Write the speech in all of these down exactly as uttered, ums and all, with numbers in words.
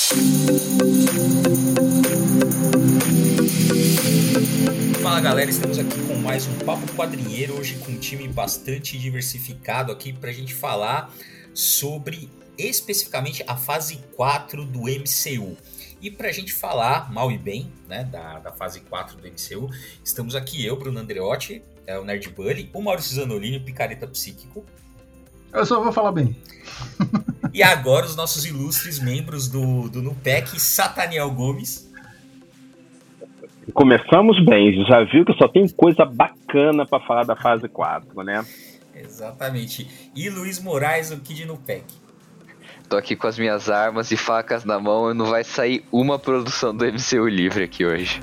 Fala galera, estamos aqui com mais um Papo Quadrinheiro, hoje com um time bastante diversificado aqui para a gente falar sobre especificamente a fase quatro do M C U. E para a gente falar mal e bem, né, da, da fase quatro do M C U, estamos aqui eu, Bruno Andreotti, é, o Nerd Bully, o Maurício Zanolini, o Picareta Psíquico. Eu só vou falar bem. E agora os nossos ilustres membros do, do NUPEC, Sataniel Gomes. Começamos bem, já viu que só tem coisa bacana para falar da fase quatro, né? Exatamente. E Luiz Moraes, o Kid NUPEC. Tô aqui com as minhas armas e facas na mão e não vai sair uma produção do M C U livre aqui hoje.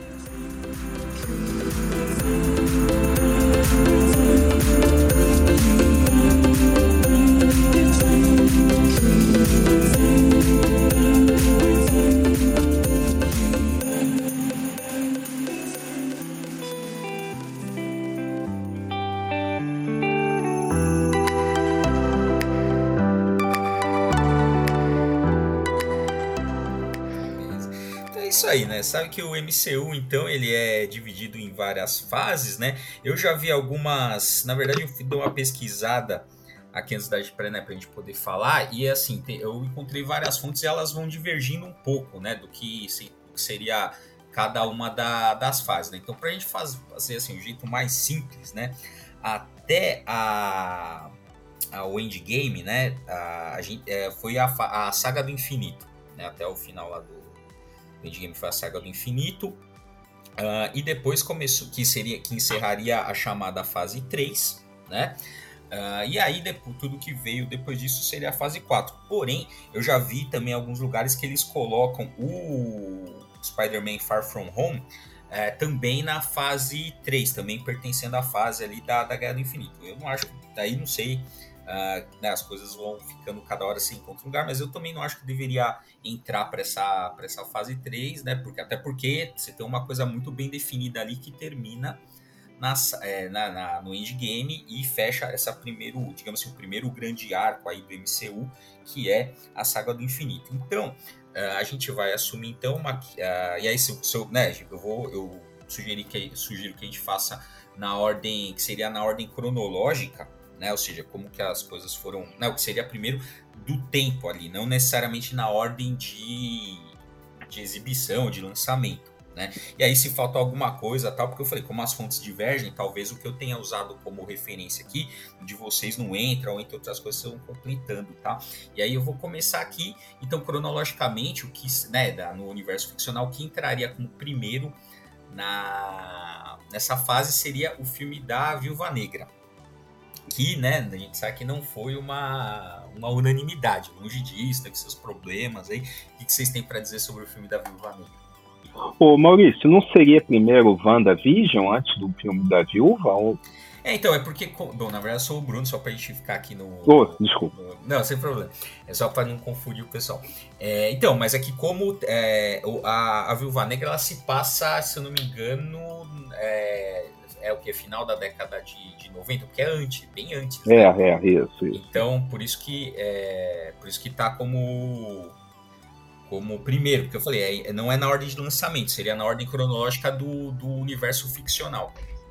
Aí, né? Sabe que o M C U, então, ele é dividido em várias fases, né? Eu já vi algumas... Na verdade, eu dei uma pesquisada aqui antes da pré, né, pra gente poder falar, e assim, eu encontrei várias fontes e elas vão divergindo um pouco, né, do que seria cada uma da, das fases, né? Então, pra gente fazer, assim, o jeito mais simples, né, até a, a o Endgame, né, a, a gente, é, foi a, a saga do infinito, né, até o final lá do o Endgame foi a saga do infinito, uh, e depois começou, que seria, que encerraria a chamada fase três, né? Uh, e aí depois, tudo que veio depois disso seria a fase quatro. Porém, eu já vi também alguns lugares que eles colocam o Spider-Man Far From Home uh, também na fase três, também pertencendo à fase ali da, da Guerra do Infinito. Eu não acho, daí não sei... Uh, né, as coisas vão ficando cada hora se encontra um lugar, mas eu também não acho que deveria entrar para essa, para essa fase três, né? Porque, até porque você tem uma coisa muito bem definida ali que termina nas, é, na, na, no Endgame e fecha essa primeiro, digamos assim, o primeiro grande arco aí do M C U, que é a Saga do Infinito. Então, uh, a gente vai assumir então uma... Uh, e aí, se, se eu, né, eu vou... Eu sugeri que, sugiro que a gente faça na ordem... que seria na ordem cronológica, né? Ou seja, como que as coisas foram... Não, que seria primeiro do tempo ali, não necessariamente na ordem de, de exibição, de lançamento, né? E aí se falta alguma coisa, tal, porque eu falei, como as fontes divergem, talvez o que eu tenha usado como referência aqui, de vocês não entra, ou entre outras coisas estão completando, tá? E aí eu vou começar aqui, então, cronologicamente, o que, né, no universo ficcional, o que entraria como primeiro na, nessa fase seria o filme da Viúva Negra. Que, né, a gente sabe que não foi uma, uma unanimidade, longe disso, teve seus problemas aí. O que vocês têm para dizer sobre o filme da Viúva Negra? Ô Maurício, não seria primeiro o WandaVision antes do filme da Viúva? Ou... É, então, é porque, bom, na verdade eu sou o Bruno, só pra gente ficar aqui no... Oh, no desculpa. No, não, sem problema, é só pra não confundir o pessoal. É, então, mas é que como é, a, a Viúva Negra, ela se passa, se eu não me engano, é, é o que? Final da década de, de noventa, porque é antes, bem antes. É, né? é, isso, isso. Então, por isso que, é, por isso que tá como... como primeiro, porque eu falei, é, não é na ordem de lançamento, seria na ordem cronológica do, do universo ficcional.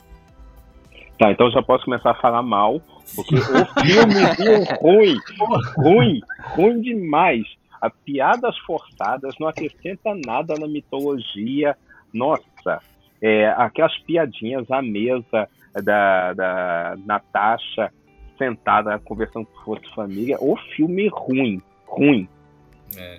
Tá, então já posso começar a falar mal, porque o filme viu ruim, ruim, ruim demais. As piadas forçadas não acrescenta nada na mitologia. Nossa, é, aquelas piadinhas à mesa da, da Natasha sentada conversando com fosse família. O filme ruim, ruim. É.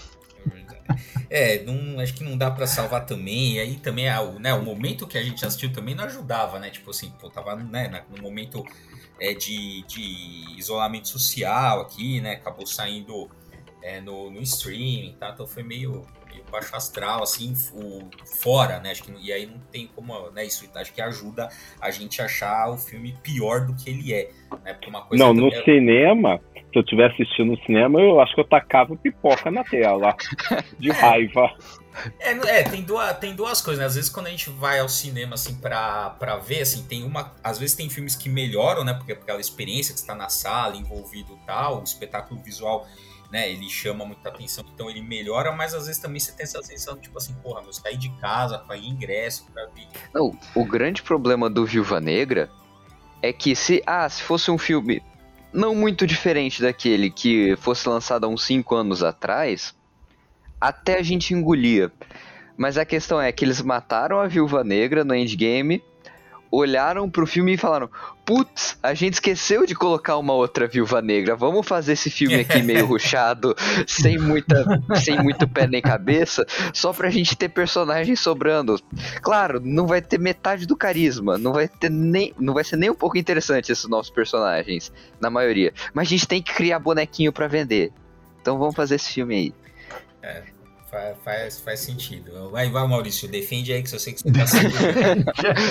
É, não, acho que não dá pra salvar também. E aí também é, né, o momento que a gente assistiu também não ajudava, né? Tipo assim, pô, tava, né, no momento é, de, de isolamento social aqui, né? Acabou saindo é, no, no streaming, tá? Então foi meio, meio baixo astral, assim, o, fora, né? Acho que, e aí não tem como, né? Isso acho que ajuda a gente a achar o filme pior do que ele é, né? Porque uma coisa não, no é... cinema... Se eu tivesse assistindo no cinema, eu acho que eu tacava pipoca na tela, de raiva. É, é tem, duas, tem duas coisas, né? Às vezes quando a gente vai ao cinema, assim, pra, pra ver, assim, tem uma... Às vezes tem filmes que melhoram, né? Porque é aquela experiência que você tá na sala, envolvido e tal, o espetáculo visual, né, ele chama muita atenção, então ele melhora, mas às vezes também você tem essa sensação, tipo assim, porra, meu, você sair de casa, pagar ingresso pra vir. Não, o grande problema do Viúva Negra é que se, ah, se fosse um filme não muito diferente daquele que fosse lançado há uns cinco anos atrás, até a gente engolia. Mas a questão é que eles mataram a Viúva Negra no Endgame, olharam pro filme e falaram, putz, a gente esqueceu de colocar uma outra Viúva Negra, vamos fazer esse filme aqui meio rushado, sem, muita, sem muito pé nem cabeça, só pra gente ter personagens sobrando. Claro, não vai ter metade do carisma, não vai ter nem, não vai ser nem um pouco interessante esses nossos personagens, na maioria. Mas a gente tem que criar bonequinho pra vender. Então vamos fazer esse filme aí. É, faz, faz, faz sentido. Vai, vai, Maurício, defende aí, que eu sei que você tá seguro.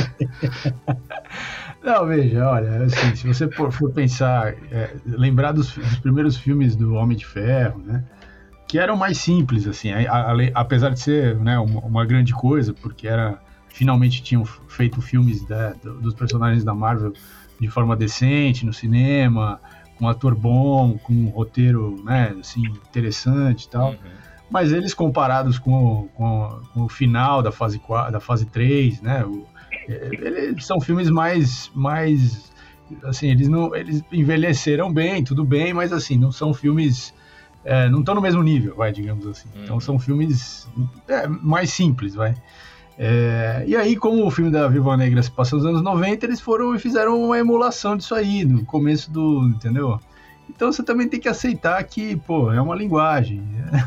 Não, veja, olha, assim, se você for, for pensar, é, lembrar dos, dos primeiros filmes do Homem de Ferro, né, que eram mais simples, assim, a, a, a, apesar de ser, né, uma, uma grande coisa, porque era, finalmente tinham feito filmes, né, dos personagens da Marvel de forma decente, no cinema, com um ator bom, com um roteiro, né, assim, interessante e tal. Uhum. Mas eles comparados com, com, com o final da fase quatro, da fase três, né, o, eles são filmes mais, mais assim, eles não, eles envelheceram bem, tudo bem, mas assim, não são filmes, é, não estão no mesmo nível, vai, digamos assim. Uhum. Então são filmes é, mais simples, vai. É, e aí, como o filme da Viúva Negra se passa nos anos noventa, eles foram e fizeram uma emulação disso aí, no começo do, entendeu? Então você também tem que aceitar que, pô, é uma linguagem.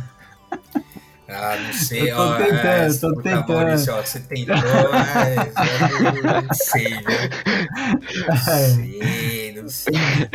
Ah, não sei, eu tô ó. tentando, é, tô puta, tentando. Maurício, ó, você tentou, mas eu não sei, viu? Não sei, não sei.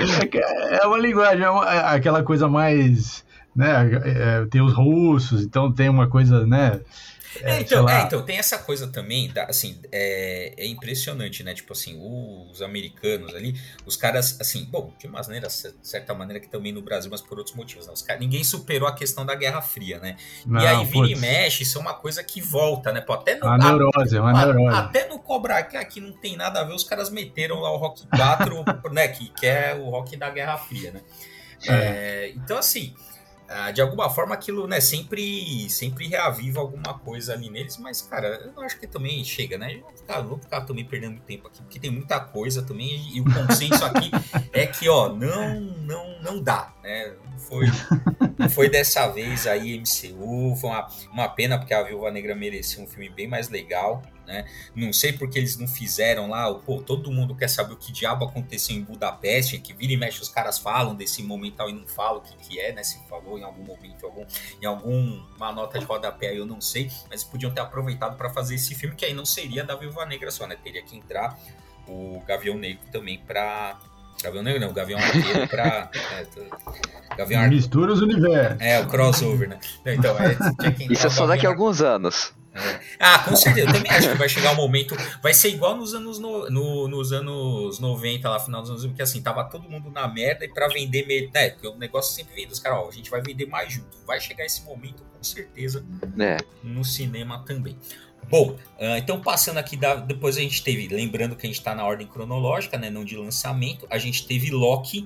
É uma linguagem, é uma, é aquela coisa mais, né, é, tem os russos, então tem uma coisa, né, É, então, é, então, tem essa coisa também, da, assim, é, é impressionante, né, tipo assim, os americanos ali, os caras, assim, bom, de uma maneira, certa maneira que também no Brasil, mas por outros motivos, né, os caras, ninguém superou a questão da Guerra Fria, né, não, e aí vira putz. e mexe, isso é uma coisa que volta, né, pô, até no... Uma neurose, uma a, neurose. Até no Cobra Kai, que não tem nada a ver, os caras meteram lá o Rock quatro, né, que, que é o rock da Guerra Fria, né, é. É, então, assim... de alguma forma aquilo, né, sempre, sempre reaviva alguma coisa ali neles, mas, cara, eu acho que também chega, né, eu vou ficar, vou ficar também perdendo tempo aqui, porque tem muita coisa também, e o consenso aqui é que, ó, não, não, não dá, né, não foi, não foi dessa vez aí M C U, foi uma, uma pena, porque a Viúva Negra merecia um filme bem mais legal, né, não sei porque eles não fizeram lá, pô, todo mundo quer saber o que diabo aconteceu em Budapeste, que vira e mexe os caras falam desse momental e não falam o que que é, né, se falou em algum momento, algum, em alguma nota de rodapé aí eu não sei, mas podiam ter aproveitado para fazer esse filme, que aí não seria da Viúva Negra só, né, teria que entrar o Gavião Negro também pra... Gavião Negro não, o Gavião Arqueiro pra... É, Gavião Arqueiro. Mistura os universos. É, o crossover, né, então, é, tinha que entrar. Isso é só daqui a alguns anos. É. Ah, com certeza, eu também acho que vai chegar um momento, vai ser igual nos anos, no, no, nos anos noventa, lá final dos anos noventa, que assim, tava todo mundo na merda e pra vender, né, porque o negócio sempre vem dos caras, ó, a gente vai vender mais junto, vai chegar esse momento com certeza é. no cinema também. Bom, uh, então passando aqui, da, depois a gente teve, lembrando que a gente tá na ordem cronológica, né, não de lançamento, a gente teve Loki,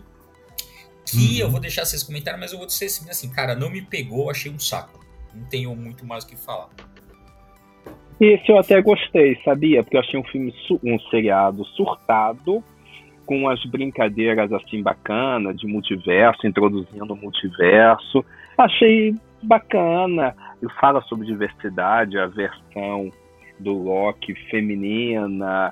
que uhum. eu vou deixar vocês comentarem, mas eu vou dizer assim, cara, não me pegou, achei um saco, não tenho muito mais o que falar. Esse eu até gostei, sabia? Porque eu achei um filme, um seriado surtado, com umas brincadeiras assim bacanas de multiverso, introduzindo o multiverso. Achei bacana. Ele fala sobre diversidade, a versão do Loki feminina,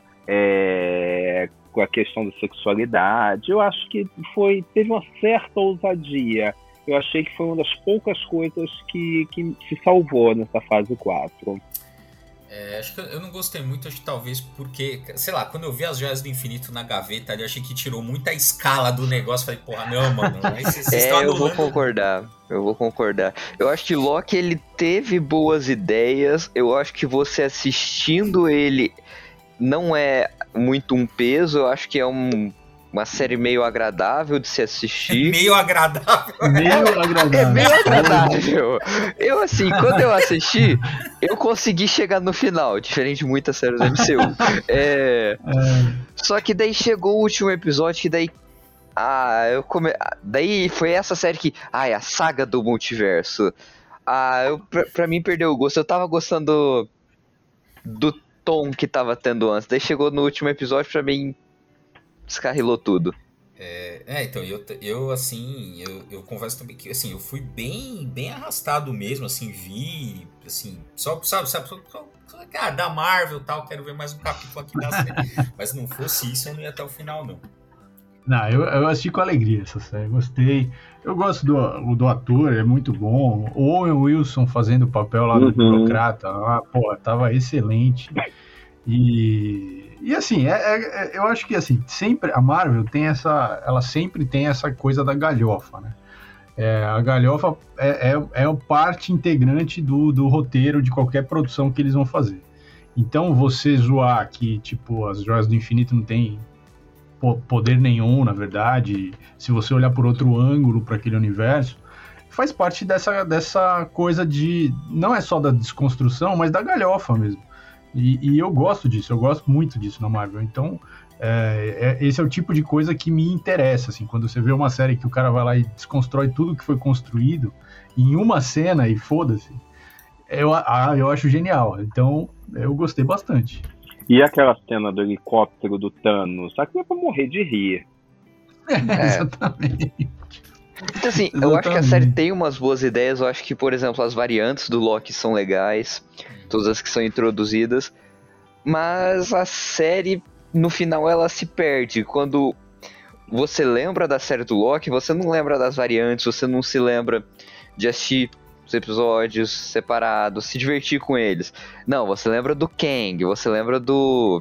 é, com a questão da sexualidade. Eu acho que foi, teve uma certa ousadia. Eu achei que foi uma das poucas coisas que, que se salvou nessa fase quatro. É, acho que eu não gostei muito, acho que talvez porque, sei lá, quando eu vi as Joias do Infinito na gaveta ali, eu achei que tirou muita escala do negócio. Falei, porra, não, mano. Vocês, vocês é, eu vou concordar, eu vou concordar. Eu acho que Loki, ele teve boas ideias, eu acho que você assistindo ele não é muito um peso, eu acho que é um... uma série meio agradável de se assistir. Meio agradável. Meio agradável. É meio agradável. Eu, assim, quando eu assisti, eu consegui chegar no final, diferente de muitas séries do M C U. É... É... Só que daí chegou o último episódio, que daí Ah, eu come... Daí foi essa série que... Ai, a saga do multiverso. Ah, eu, pra, pra mim perdeu o gosto. Eu tava gostando do tom que tava tendo antes. Daí chegou no último episódio, pra mim descarrilou tudo. É, é, então, eu, eu assim, eu, eu confesso também que, assim, eu fui bem, bem arrastado mesmo, assim, vi, assim, só, sabe, sabe, só, só, ah, da Marvel e tal, quero ver mais um capítulo aqui da série. Mas se não fosse isso, eu não ia até o final, não. Não, eu, eu assisti com alegria essa série, gostei. Eu gosto do, do ator, é muito bom. O Owen Wilson fazendo o papel lá do Uhum. burocrata, ah, pô, tava excelente. E, e assim, é, é, eu acho que assim, sempre a Marvel tem essa, ela sempre tem essa coisa da galhofa, né? É, a galhofa é, é, é parte integrante do, do roteiro de qualquer produção que eles vão fazer. Então você zoar que, tipo, as Joias do Infinito não tem poder nenhum, na verdade, se você olhar por outro ângulo para aquele universo, faz parte dessa, dessa coisa de, não é só da desconstrução, mas da galhofa mesmo. E, e eu gosto disso, eu gosto muito disso na Marvel. Então, é, é, esse é o tipo de coisa que me interessa, assim, quando você vê uma série que o cara vai lá e desconstrói tudo que foi construído em uma cena e foda-se, eu, ah, eu acho genial. Então, eu gostei bastante. E aquela cena do helicóptero do Thanos, só que é pra morrer de rir. É, exatamente. Então, assim, Exatamente. Eu acho que a série tem umas boas ideias. Eu acho que, por exemplo, as variantes do Loki são legais, todas as que são introduzidas, mas a série, no final, ela se perde. Quando você lembra da série do Loki, você não lembra das variantes, você não se lembra de assistir os episódios separados, se divertir com eles. Não, você lembra do Kang, você lembra do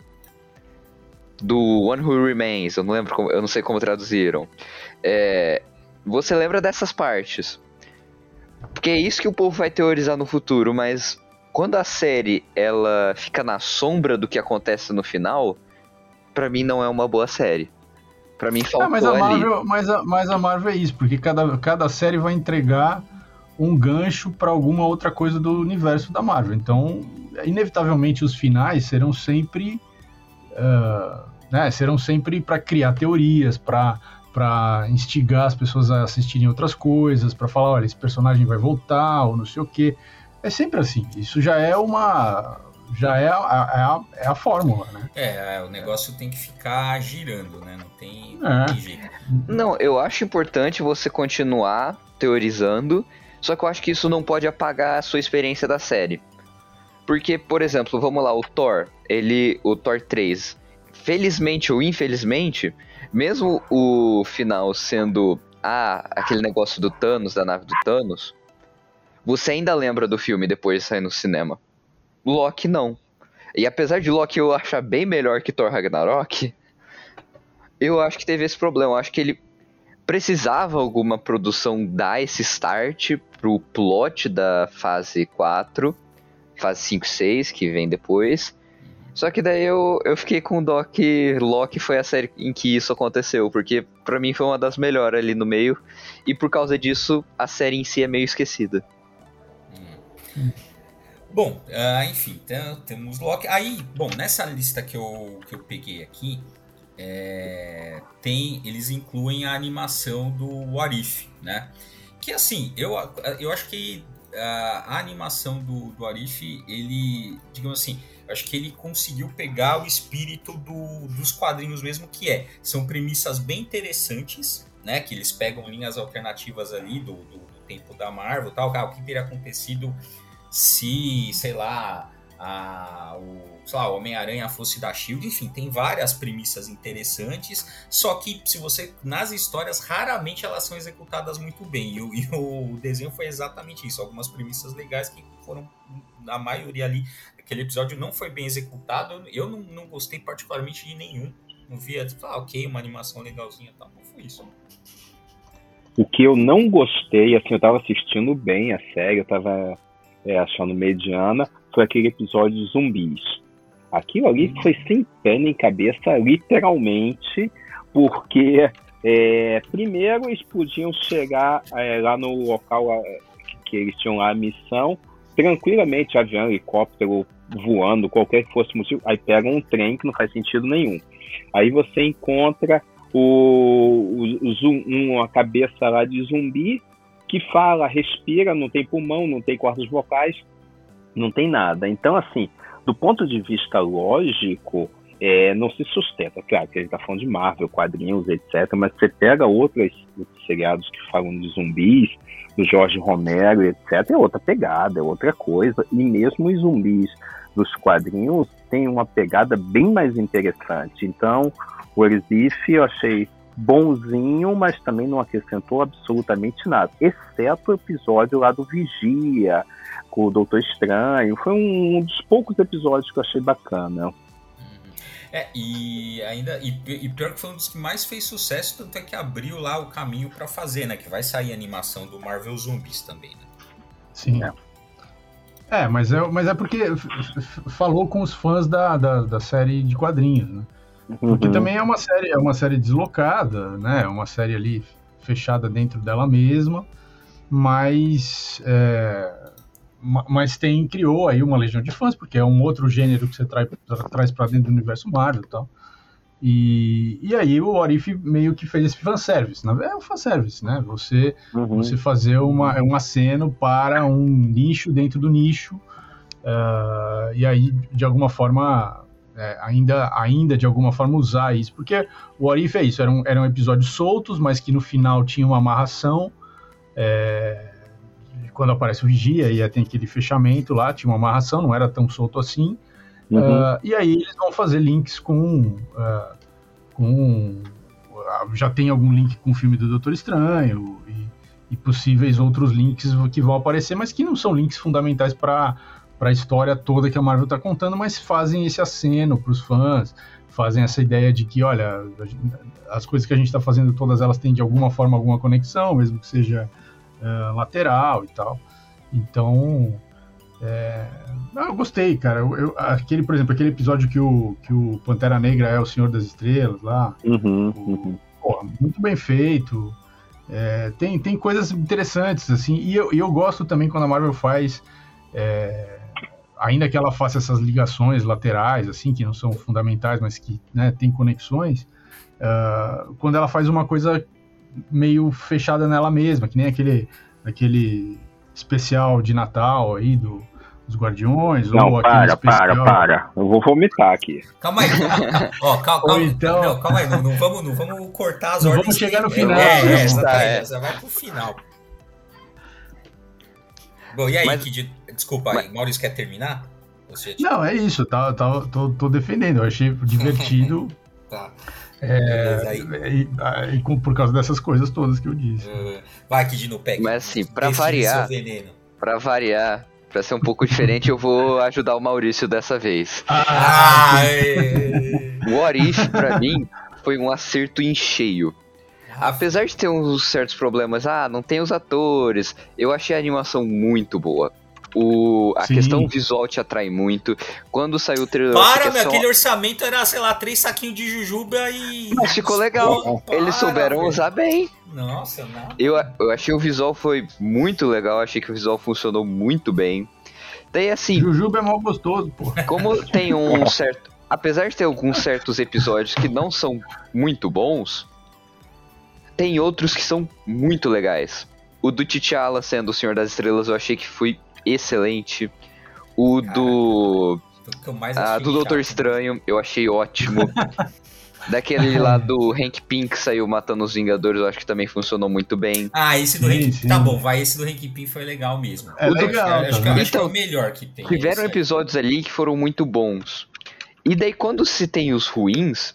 do One Who Remains, eu não lembro como, eu não sei como traduziram. É, você lembra dessas partes, porque é isso que o povo vai teorizar no futuro. Mas quando a série ela fica na sombra do que acontece no final, pra mim não é uma boa série. Pra mim faltou ah, mas a Marvel, ali. Mas a, mas a Marvel é isso, porque cada, cada série vai entregar um gancho para alguma outra coisa do universo da Marvel. Então, inevitavelmente, os finais serão sempre, uh, né, serão sempre para criar teorias, para para instigar as pessoas a assistirem outras coisas, para falar, olha, esse personagem vai voltar ou não sei o quê. É sempre assim. Isso já é uma, já é a, a, é a fórmula, né? É, o negócio tem que ficar girando, né? Não tem, É. não tem jeito. Não, eu acho importante você continuar teorizando. Só que eu acho que isso não pode apagar a sua experiência da série. Porque, por exemplo, vamos lá, o Thor, ele, o Thor três, felizmente ou infelizmente, mesmo o final sendo ah, aquele negócio do Thanos, da nave do Thanos, você ainda lembra do filme depois de sair no cinema. Loki não. E apesar de Loki eu achar bem melhor que Thor Ragnarok, eu acho que teve esse problema. Eu acho que ele precisava alguma produção dar esse start pro plot da fase quatro, fase cinco e seis, que vem depois. Só que daí eu, eu fiquei com dó que Loki foi a série em que isso aconteceu, porque pra mim foi uma das melhores ali no meio, e por causa disso a série em si é meio esquecida. Hum. Bom, uh, enfim, então, temos Loki. Aí, bom, nessa lista que eu, que eu peguei aqui, É, tem, eles incluem a animação do What If, né? Que assim, eu, eu acho que a, a animação do, do What If, ele, digamos assim, eu acho que ele conseguiu pegar o espírito do, dos quadrinhos mesmo, que é, são premissas bem interessantes, né? Que eles pegam linhas alternativas ali do, do, do tempo da Marvel e tal, o que teria acontecido se, sei lá, A, o, sei lá, o Homem-Aranha fosse da Shield, enfim, tem várias premissas interessantes, só que se você, nas histórias, raramente elas são executadas muito bem, e o, e o desenho foi exatamente isso, algumas premissas legais que foram, a maioria ali, aquele episódio não foi bem executado, eu não, não gostei particularmente de nenhum, não via, tipo, ah, ok, uma animação legalzinha e tal, não foi isso. O que eu não gostei, assim, eu tava assistindo bem a série, eu tava é, achando mediana, foi aquele episódio de zumbis. Aquilo ali foi sem pé nem cabeça, literalmente, porque é, primeiro eles podiam chegar é, lá no local é, que eles tinham lá a missão, tranquilamente, avião, helicóptero, voando, qualquer que fosse o motivo, aí pegam um trem que não faz sentido nenhum. Aí você encontra o, o, o zum, uma cabeça lá de zumbi que fala, respira, não tem pulmão, não tem cordas vocais, não tem nada. Então, assim, do ponto de vista lógico, é, não se sustenta. Claro que a gente está falando de Marvel, quadrinhos, etcétera, mas você pega outros, outros seriados que falam de zumbis, do Jorge Romero, etcétera, é outra pegada, é outra coisa. E mesmo os zumbis dos quadrinhos têm uma pegada bem mais interessante. Então, o Erisif eu achei bonzinho, mas também não acrescentou absolutamente nada, exceto o episódio lá do Vigia, com o Doutor Estranho. Foi um, um dos poucos episódios que eu achei bacana. É, e ainda e, e pior que foi um dos que mais fez sucesso, tanto é que abriu lá o caminho pra fazer, né? Que vai sair a animação do Marvel Zombies também, né? Sim. É, é mas, é mas é porque f- f- falou com os fãs da, da, da série de quadrinhos, né? Porque Uhum. também é uma série, é uma série deslocada, né? É uma série ali fechada dentro dela mesma, mas é, ma- mas tem criou aí uma legião de fãs, porque é um outro gênero que você trai, tra- traz para dentro do universo Marvel e tal. E, e aí o What If meio que fez esse fanservice, né? É um fanservice, né? Você, Uhum. você fazer uma, um aceno para um nicho dentro do nicho, uh, e aí de alguma forma É, ainda, ainda de alguma forma usar isso, porque o What If é isso, eram, eram episódios soltos, mas que no final tinha uma amarração, é, quando aparece o Vigia e tem aquele fechamento lá, tinha uma amarração, não era tão solto assim, Uhum. uh, e aí eles vão fazer links com, uh, com uh, já tem algum link com o filme do Doutor Estranho e, e possíveis outros links que vão aparecer, mas que não são links fundamentais para para a história toda que a Marvel está contando, mas fazem esse aceno para os fãs, fazem essa ideia de que, olha, as coisas que a gente está fazendo, todas elas têm de alguma forma alguma conexão, mesmo que seja uh, lateral e tal. Então, é... eu gostei, cara. Eu, eu, aquele, por exemplo, aquele episódio que o, que o Pantera Negra é o Senhor das Estrelas lá, Uhum. o, Uhum. pô, muito bem feito. É, tem, tem coisas interessantes, assim, e eu, e eu gosto também quando a Marvel faz... É, ainda que ela faça essas ligações laterais, assim, que não são fundamentais, mas que, né, tem conexões, uh, quando ela faz uma coisa meio fechada nela mesma, que nem aquele, aquele especial de Natal aí do, dos Guardiões, Não, ou aquele para, especial... para, para. Eu vou vomitar aqui. Calma aí. Ó, calma, calma, então... não, calma aí. Não, não, vamos, não vamos cortar as não ordens. Vamos chegar no que... final. É, é, né? exatamente. É. Já vai pro final. Bom, e aí, Mas... que desculpa Mas... aí, Maurício quer terminar? Você... Não, é isso, tá, tá, tô, tô defendendo, eu achei divertido. Tá. É, aí. E, e, e, por causa dessas coisas todas que eu disse. Uh, vai, Kid, no pé. Mas assim, pra variar, pra variar, pra ser um pouco diferente, eu vou ajudar o Maurício dessa vez. Ah, o What If, pra mim, foi um acerto em cheio. Apesar de ter uns certos problemas, ah, não tem os atores, eu achei a animação muito boa. O, a Sim. questão visual te atrai muito. Quando saiu o trailer... Para, meu, aquele orçamento era, sei lá, três saquinhos de jujuba e... Mas ficou legal. Pô, para, Eles souberam velho. usar bem. Nossa, não. Eu, eu achei o visual foi muito legal, achei que o visual funcionou muito bem. Daí, assim... Jujuba é mal gostoso, pô. Como tem um certo... Apesar de ter alguns certos episódios que não são muito bons, tem outros que são muito legais. O do T'Challa sendo o Senhor das Estrelas, eu achei que foi excelente. O Cara, do... Ah, do Doutor Estranho, eu achei ótimo. Daquele lá do Hank Pym que saiu matando os Vingadores, eu acho que também funcionou muito bem. Ah, esse do sim, Hank sim. Tá bom, vai, esse do Hank Pym foi legal mesmo. É legal. Acho, acho, tá acho que é então, o melhor que tem. Tiveram episódios ali que foram muito bons. E daí quando se tem os ruins,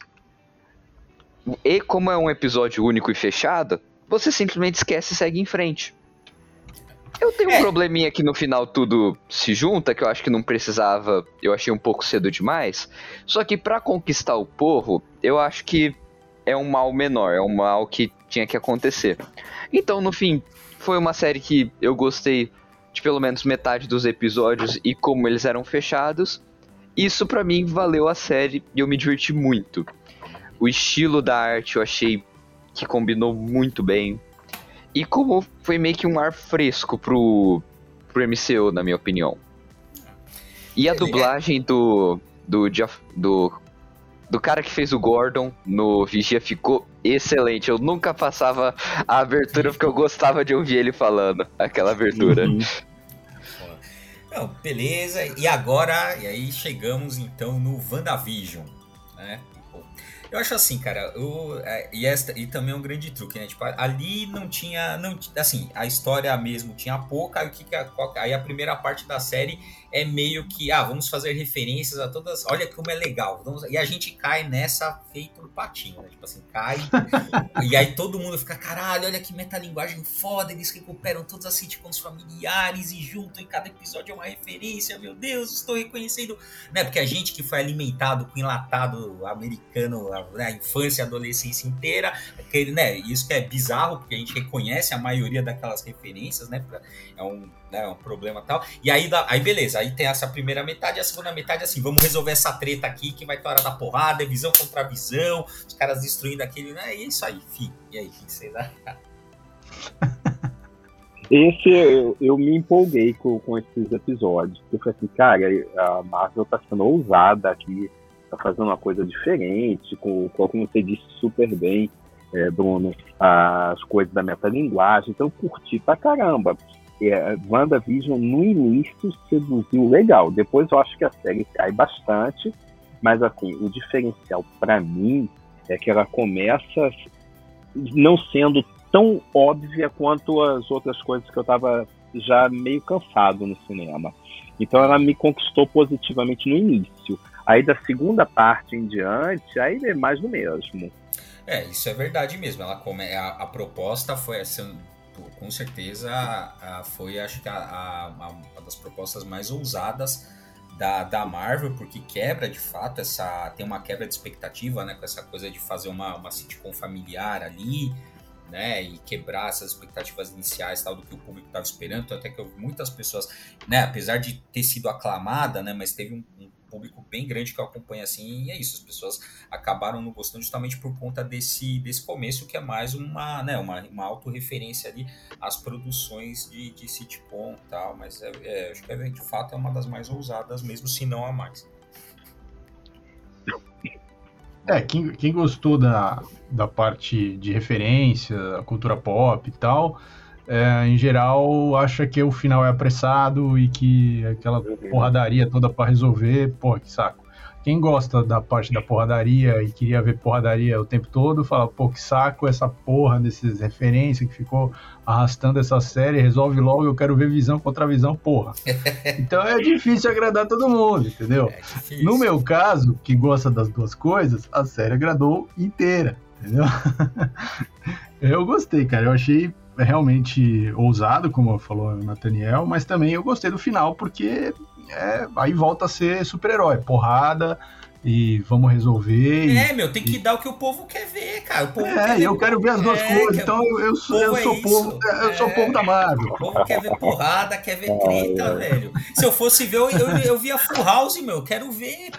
e como é um episódio único e fechado, você simplesmente esquece e segue em frente. Eu tenho é. um probleminha que no final tudo se junta, que eu acho que não precisava, eu achei um pouco cedo demais. Só que pra conquistar o povo, eu acho que é um mal menor, é um mal que tinha que acontecer. Então, no fim, foi uma série que eu gostei de pelo menos metade dos episódios e como eles eram fechados. Isso pra mim valeu a série e eu me diverti muito. O estilo da arte eu achei que combinou muito bem. E como foi meio que um ar fresco pro, pro M C U, na minha opinião. E a dublagem do, do, do do cara que fez o Gordon no Vigia ficou excelente. Eu nunca passava a abertura porque eu gostava de ouvir ele falando aquela abertura. Uhum. Não, beleza, e agora, e aí chegamos então no WandaVision, né? Eu acho assim, cara, eu, é, e, esta, e também é um grande truque, né? Tipo, ali não tinha, não, assim, a história mesmo tinha pouca, aí, o que que a, qual, aí a primeira parte da série é meio que, ah, vamos fazer referências a todas, olha como é legal, vamos, e a gente cai nessa feito no patinho, né? Tipo assim, cai, e aí todo mundo fica, caralho, olha que metalinguagem foda, eles recuperam todas as sitcoms familiares e juntam, em cada episódio é uma referência, meu Deus, estou reconhecendo, né? Porque a gente que foi alimentado com enlatado americano, a infância e a adolescência inteira, aquele, né, isso que é bizarro, porque a gente reconhece a maioria daquelas referências, né, é um, né, um problema tal, e aí, aí beleza, aí tem essa primeira metade, a segunda metade assim, vamos resolver essa treta aqui, que vai ter hora da porrada, é visão contra visão, os caras destruindo aquele, né, e é isso aí, fi, e aí, o que vocês acham? Esse eu, eu me empolguei com, com esses episódios, eu falei assim, cara, a Marvel tá sendo ousada aqui, tá fazendo uma coisa diferente, com, com como você disse super bem, é, Bruno, as coisas da metalinguagem, então eu curti pra caramba. É, WandaVision no início seduziu legal, depois eu acho que a série cai bastante, mas assim, o diferencial pra mim é que ela começa não sendo tão óbvia quanto as outras coisas que eu tava já meio cansado no cinema. Então ela me conquistou positivamente no início. Aí da segunda parte em diante, aí é mais do mesmo. É, isso é verdade mesmo. Ela come... a, a proposta foi, assim, com certeza, a, a, foi acho que a, a, uma das propostas mais ousadas da, da Marvel, porque quebra de fato essa. Tem uma quebra de expectativa, né? Com essa coisa de fazer uma, uma sitcom familiar ali, né, e quebrar essas expectativas iniciais, tal, do que o público estava esperando, até que muitas pessoas, né, apesar de ter sido aclamada, né, mas teve um, um público bem grande que eu acompanho assim, e é isso, as pessoas acabaram não gostando justamente por conta desse, desse começo, que é mais uma, né, uma, uma autorreferência ali às produções de, de sitcom e tal, mas é, é, acho que é, de fato é uma das mais ousadas mesmo, se não a mais. É, quem, quem gostou da, da parte de referência, cultura pop e tal, é, em geral acha que o final é apressado e que aquela porradaria toda pra resolver, porra, que saco. Quem gosta da parte da porradaria e queria ver porradaria o tempo todo, fala, pô, que saco essa porra dessas referências que ficou arrastando essa série, resolve logo, eu quero ver visão contra visão, porra. Então é difícil agradar todo mundo, entendeu? É no meu caso, que gosta das duas coisas, a série agradou inteira, entendeu? Eu gostei, cara, eu achei realmente ousado, como falou o Nathaniel, mas também eu gostei do final, porque é, aí volta a ser super-herói, porrada, e vamos resolver. É, e, meu, tem que e... dar o que o povo quer ver, cara. O povo é, quer ver... eu quero ver as duas é, coisas, então eu, eu sou, eu sou, é povo, eu sou é... povo da Marvel. O povo quer ver porrada, quer ver treta, é, velho. Se eu fosse ver, eu, eu, eu via Full House, meu, eu quero ver.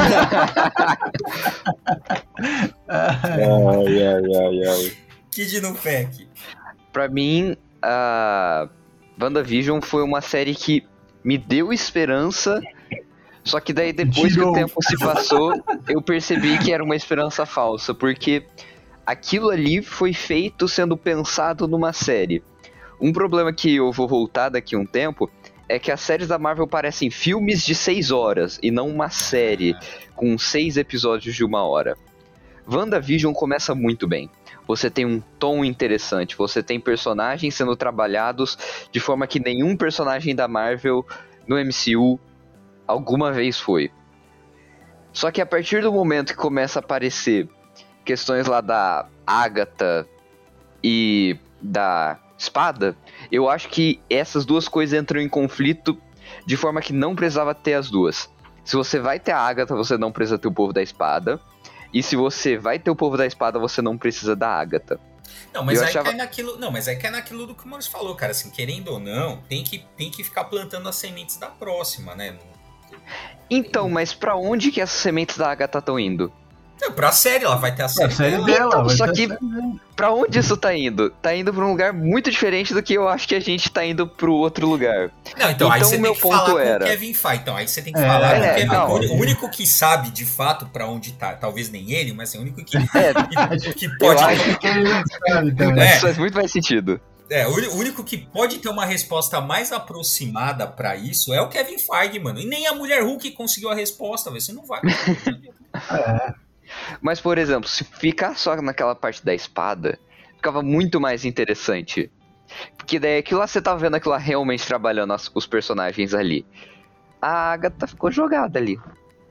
ai, ai, ai, ai. Kid no Pack. Pra mim, a WandaVision foi uma série que me deu esperança, só que daí depois Tirou. que o tempo se passou, eu percebi que era uma esperança falsa, porque aquilo ali foi feito sendo pensado numa série. Um problema que eu vou voltar daqui a um tempo é que as séries da Marvel parecem filmes de seis horas e não uma série com seis episódios de uma hora. WandaVision começa muito bem. Você tem um tom interessante, você tem personagens sendo trabalhados de forma que nenhum personagem da Marvel no M C U alguma vez foi. Só que a partir do momento que começa a aparecer questões lá da Agatha e da Espada, eu acho que essas duas coisas entram em conflito de forma que não precisava ter as duas. Se você vai ter a Agatha, você não precisa ter o povo da Espada. E se você vai ter o povo da espada, você não precisa da Agatha. Não, mas eu aí achava... cai naquilo. Não, mas aí cai naquilo do que o Maurício falou, cara. Assim, querendo ou não, tem que, tem que ficar plantando as sementes da próxima, né? Então, mas pra onde que essas sementes da Agatha estão indo? É, pra série, ela vai ter a série, a série dela. dela. Então, vai só ter que a série dela. pra onde isso tá indo? Tá indo pra um lugar muito diferente do que eu acho que a gente tá indo pro outro lugar. Não, então, aí Então, você meu tem que ponto falar com era- o Kevin Feige. Então, aí você tem que É, falar com o é, Kevin não. Feige. O único que sabe, de fato, pra onde tá, talvez nem ele, mas assim, o único que, É, que, que pode... eu acho Que ele não sabe também. Mas É. isso faz muito mais sentido. É, o uni- o único que pode ter uma resposta mais aproximada pra isso é o Kevin Feige, mano. E nem a Mulher Hulk conseguiu a resposta, velho. Você não vai conseguir. Mas, por exemplo, se ficar só naquela parte da espada, ficava muito mais interessante. Porque daí aquilo lá, você tá vendo aquilo lá realmente trabalhando as- os personagens ali. A Agatha ficou jogada ali.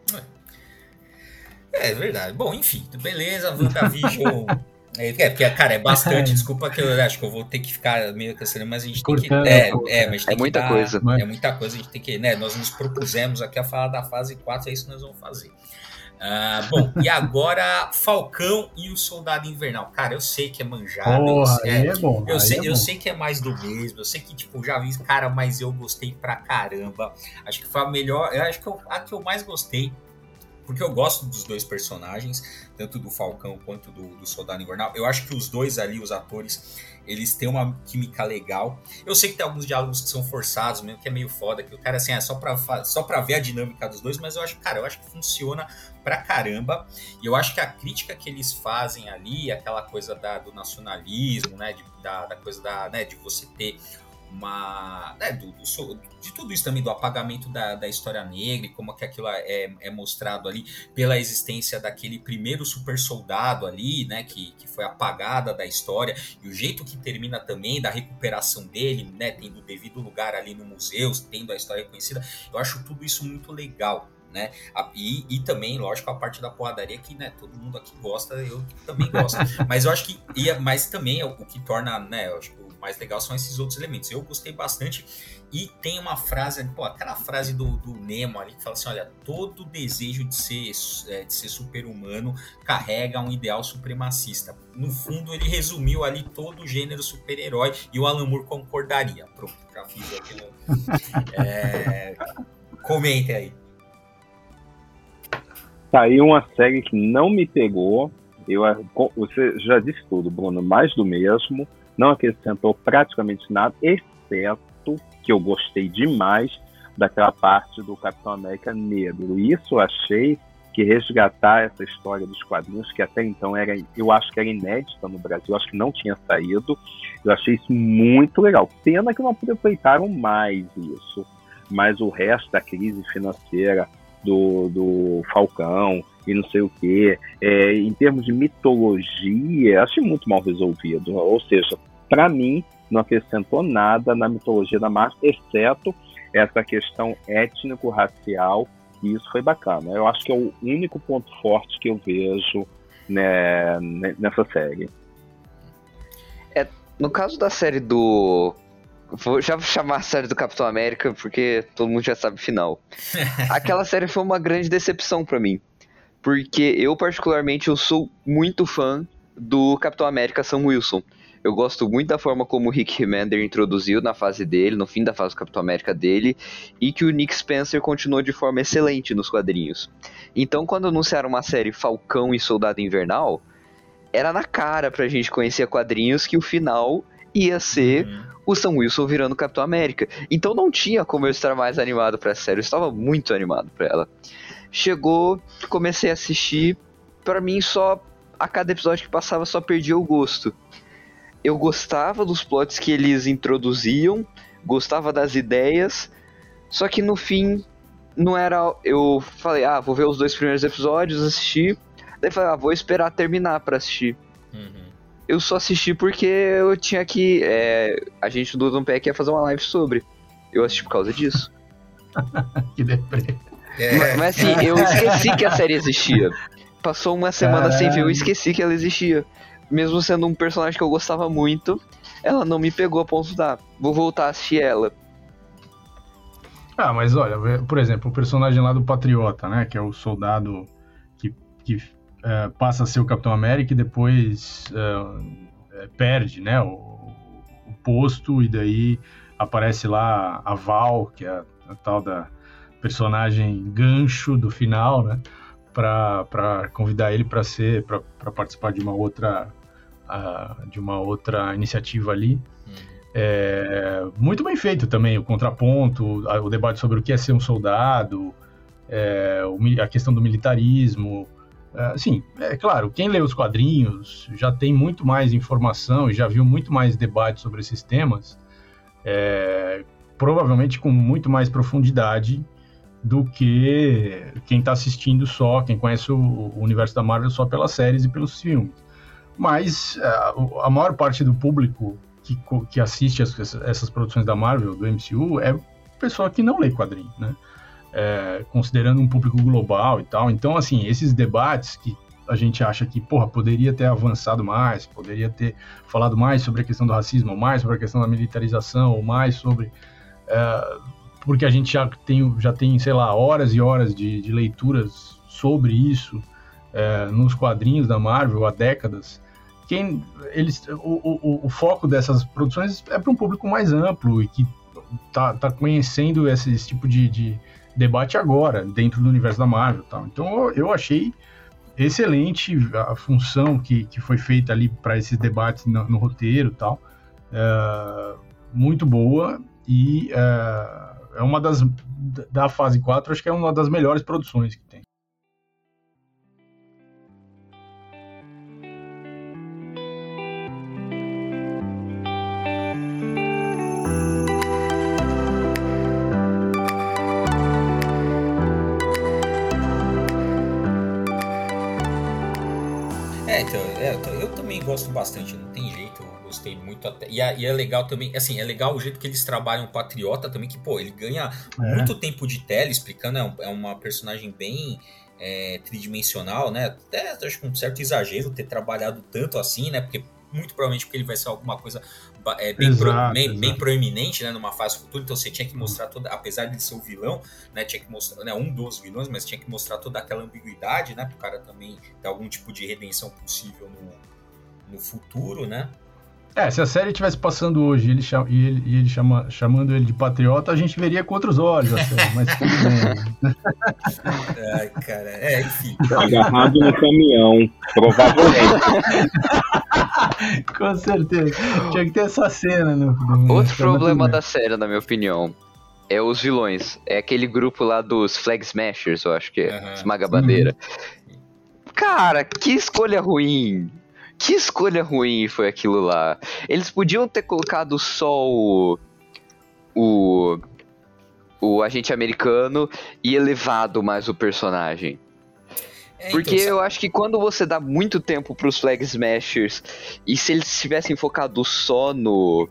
É, é verdade. Bom, enfim, beleza, WandaVision. É, porque, cara, é bastante. Desculpa que eu acho que eu vou ter que ficar meio cancelando, mas a gente Cortando, tem que. É, cortando. é, mas a gente É tem que muita dar- coisa. É muita coisa, a gente tem que. Né, nós nos propusemos aqui a falar da fase quatro, é isso que nós vamos fazer. Ah, bom, e agora Falcão e o Soldado Invernal. Cara, eu sei que é manjado. Porra, eu, aí é, é bom. eu, aí sei, é eu bom. sei que é mais do mesmo. Eu sei que, tipo, já vi, cara, mas eu gostei pra caramba. Acho que foi a melhor. Eu acho que eu, a que eu mais gostei. Porque eu gosto dos dois personagens, tanto do Falcão quanto do, do Soldado Invernal. Eu acho que os dois ali, os atores, eles têm uma química legal. Eu sei que tem alguns diálogos que são forçados, mesmo que é meio foda, que o cara, assim, é só pra, fa- só pra ver a dinâmica dos dois, mas eu acho, cara, eu acho que funciona pra caramba. E eu acho que a crítica que eles fazem ali, aquela coisa da, do nacionalismo, né, de, da, da coisa da, né, de você ter uma, né, do, do, de tudo isso também, do apagamento da, da história negra e como que aquilo é, é mostrado ali pela existência daquele primeiro super soldado ali, né, que, que foi apagada da história, e o jeito que termina também da recuperação dele, né, tendo o devido lugar ali no museu, tendo a história reconhecida. Eu acho tudo isso muito legal, né, e, e também, lógico, a parte da porradaria que, né, todo mundo aqui gosta, eu também gosto, mas eu acho que, e, mas também o que torna, né, eu acho que o mais legal são esses outros elementos. Eu gostei bastante. E tem uma frase, pô, aquela frase do, do Nemo ali que fala assim: olha, todo desejo de ser, é, de ser super-humano carrega um ideal supremacista. No fundo, ele resumiu ali todo o gênero super-herói e o Alan Moore concordaria. Pronto, já fiz aquilo. É... Comentem aí. Tá aí uma série que não me pegou. Eu, você já disse tudo, Bruno, mais do mesmo. Não acrescentou praticamente nada, exceto que eu gostei demais daquela parte do Capitão América negro. Isso eu achei que resgatar essa história dos quadrinhos, que até então era, eu acho que era inédita no Brasil, acho que não tinha saído. Eu achei isso muito legal. Pena que não aproveitaram mais isso. Mas o resto da crise financeira do, do Falcão e não sei o que, é, em termos de mitologia, achei muito mal resolvido. Ou seja, para mim, não acrescentou nada na mitologia da Marvel, exceto essa questão étnico-racial, e isso foi bacana. Eu acho que é o único ponto forte que eu vejo, né, nessa série. É, no caso da série do... Vou já chamar a série do Capitão América, porque todo mundo já sabe o final. Aquela série foi uma grande decepção pra mim. Porque eu, particularmente, eu sou muito fã do Capitão América Sam Wilson. Eu gosto muito da forma como o Rick Remender introduziu na fase dele, no fim da fase do Capitão América dele, e que o Nick Spencer continuou de forma excelente nos quadrinhos. Então, quando anunciaram uma série Falcão e Soldado Invernal, era na cara pra gente conhecer quadrinhos que o final ia ser uhum. o Sam Wilson virando Capitão América. Então não tinha como eu estar mais animado pra essa série, eu estava muito animado pra ela. Chegou, comecei a assistir, pra mim só, a cada episódio que passava só perdia o gosto. Eu gostava dos plots que eles introduziam, gostava das ideias, só que no fim não era... Eu falei, ah, vou ver os dois primeiros episódios, assistir, daí falei, ah, vou esperar terminar pra assistir. Uhum. Eu só assisti porque eu tinha que... É, a gente do Dumpec ia fazer uma live sobre. Eu assisti por causa disso. Que deprê. É. Mas, mas assim, eu esqueci que a série existia. Passou uma semana Caramba. sem ver, eu esqueci que ela existia. Mesmo sendo um personagem que eu gostava muito, ela não me pegou a ponto da... Vou voltar a assistir ela. Ah, mas olha, por exemplo, o personagem lá do Patriota, né? Que é o soldado que, que uh, passa a ser o Capitão América e depois uh, perde, né? O, o posto, e daí aparece lá a Val, que é a, a tal da personagem gancho do final, né? para convidar ele para ser para participar de uma outra uh, de uma outra iniciativa ali. Uhum. É, muito bem feito também o contraponto, o debate sobre o que é ser um soldado, é, a questão do militarismo. É, sim, é claro, quem lê os quadrinhos já tem muito mais informação e já viu muito mais debate sobre esses temas, é, provavelmente com muito mais profundidade do que quem está assistindo só, quem conhece o, o universo da Marvel só pelas séries e pelos filmes. Mas a, a maior parte do público que, que assiste as, essas produções da Marvel, do M C U, é pessoa que não lê quadrinho, né? É, considerando um público global e tal. Então, assim, esses debates que a gente acha que, porra, poderia ter avançado mais, poderia ter falado mais sobre a questão do racismo, mais sobre a questão da militarização, ou mais sobre... É, porque a gente já tem, já tem, sei lá, horas e horas de, de leituras sobre isso é, nos quadrinhos da Marvel há décadas. Quem, eles, o, o, o foco dessas produções é para um público mais amplo e que tá, tá conhecendo esse, esse tipo de, de debate agora, dentro do universo da Marvel. Tal. Então eu achei excelente a função que, que foi feita ali para esses debates no, no roteiro e tal. É, muito boa e... É, É uma das, da fase quatro, acho que é uma das melhores produções que tem. É, então, é, eu também gosto bastante, não tem jeito, eu gostei muito até, e é, e é legal também, assim, é legal o jeito que eles trabalham o Patriota também, que, pô, ele ganha é. muito tempo de tela explicando, é, é uma personagem bem é, tridimensional, né, até acho com um certo exagero ter trabalhado tanto assim, né, porque muito provavelmente porque ele vai ser alguma coisa é, bem, exato, pro, bem, exato. bem proeminente, né, numa fase futura, então você tinha que mostrar toda, apesar de ser o vilão, né, tinha que mostrar, né, um dos vilões, mas tinha que mostrar toda aquela ambiguidade, né, pro cara também ter algum tipo de redenção possível no, no futuro, né. É, se a série estivesse passando hoje ele chama, e ele, e ele chama, chamando ele de patriota, a gente veria com outros olhos a série, mas tudo bem. Ai, cara, é, enfim. Agarrado no caminhão, provavelmente. Com certeza. Tinha que ter essa cena. No, no Outro problema da série, na minha opinião, é os vilões. É aquele grupo lá dos Flag Smashers, eu acho que é. Uhum. Esmaga-bandeira. Uhum. Cara, que escolha ruim. Que escolha ruim foi aquilo lá. Eles podiam ter colocado só o... O... O agente americano e elevado mais o personagem. É, porque então, eu acho que quando você dá muito tempo pros Flag Smashers, e se eles tivessem focado só no,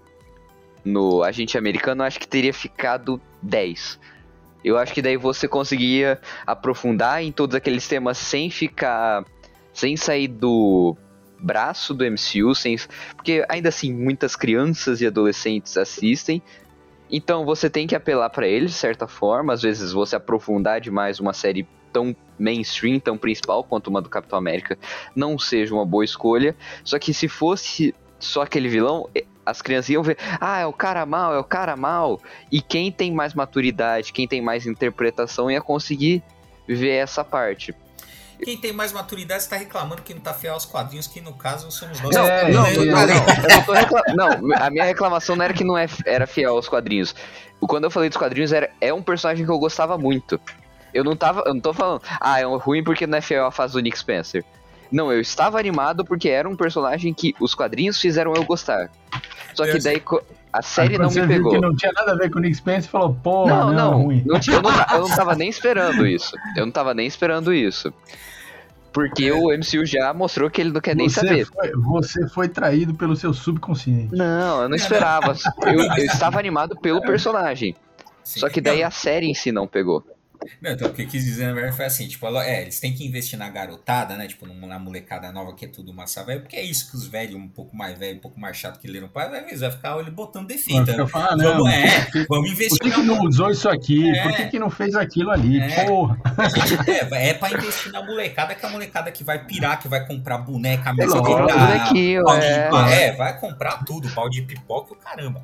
no agente americano, eu acho que teria ficado dez. Eu acho que daí você conseguia aprofundar em todos aqueles temas sem ficar... Sem sair do braço do M C U, sem, porque ainda assim muitas crianças e adolescentes assistem. Então você tem que apelar pra eles de certa forma. Às vezes você aprofundar demais uma série tão mainstream, tão principal quanto uma do Capitão América não seja uma boa escolha. Só que se fosse só aquele vilão, as crianças iam ver, ah, é o cara mal, é o cara mal. E quem tem mais maturidade, quem tem mais interpretação ia conseguir ver essa parte. Quem tem mais maturidade está reclamando que não tá fiel aos quadrinhos, que no caso somos nós. Não, é, não, não, não, eu tô recla... não, a minha reclamação não era que não é, era fiel aos quadrinhos. Quando eu falei dos quadrinhos, era, é um personagem que eu gostava muito. Eu não tava, eu não tô falando, ah, é ruim porque não é fiel à fase do Nick Spencer. Não, eu estava animado porque era um personagem que os quadrinhos fizeram eu gostar. Só que daí a série Aí, não me pegou. Viu que não tinha nada a ver com o Nick Spencer e falou, pô, não, não, não, ruim. não tinha, eu, não, eu não tava nem esperando isso. Eu não tava nem esperando isso. Porque o M C U já mostrou que ele não quer nem você saber. Foi, você foi traído pelo seu subconsciente. Não, eu não esperava. Eu, eu estava animado pelo personagem. Sim. Só que daí a série em si não pegou. Não, então o que eu quis dizer na verdade foi assim, tipo, é, eles têm que investir na garotada, né, tipo, na molecada nova que é tudo massa velho, porque é isso que os velhos, um pouco mais velho, um pouco mais chato que leram pai, vai, vai ficar ele botando defeito, né? Falar, vamos, não, é, porque, vamos investir. Por que, que não usou isso aqui? É, por que, que não fez aquilo ali? É, porra! Gente, é, é pra investir na molecada, que é a molecada que vai pirar, que vai comprar boneca, mesa, bonequinho, é. é, vai comprar tudo, balde de pipoca e o caramba.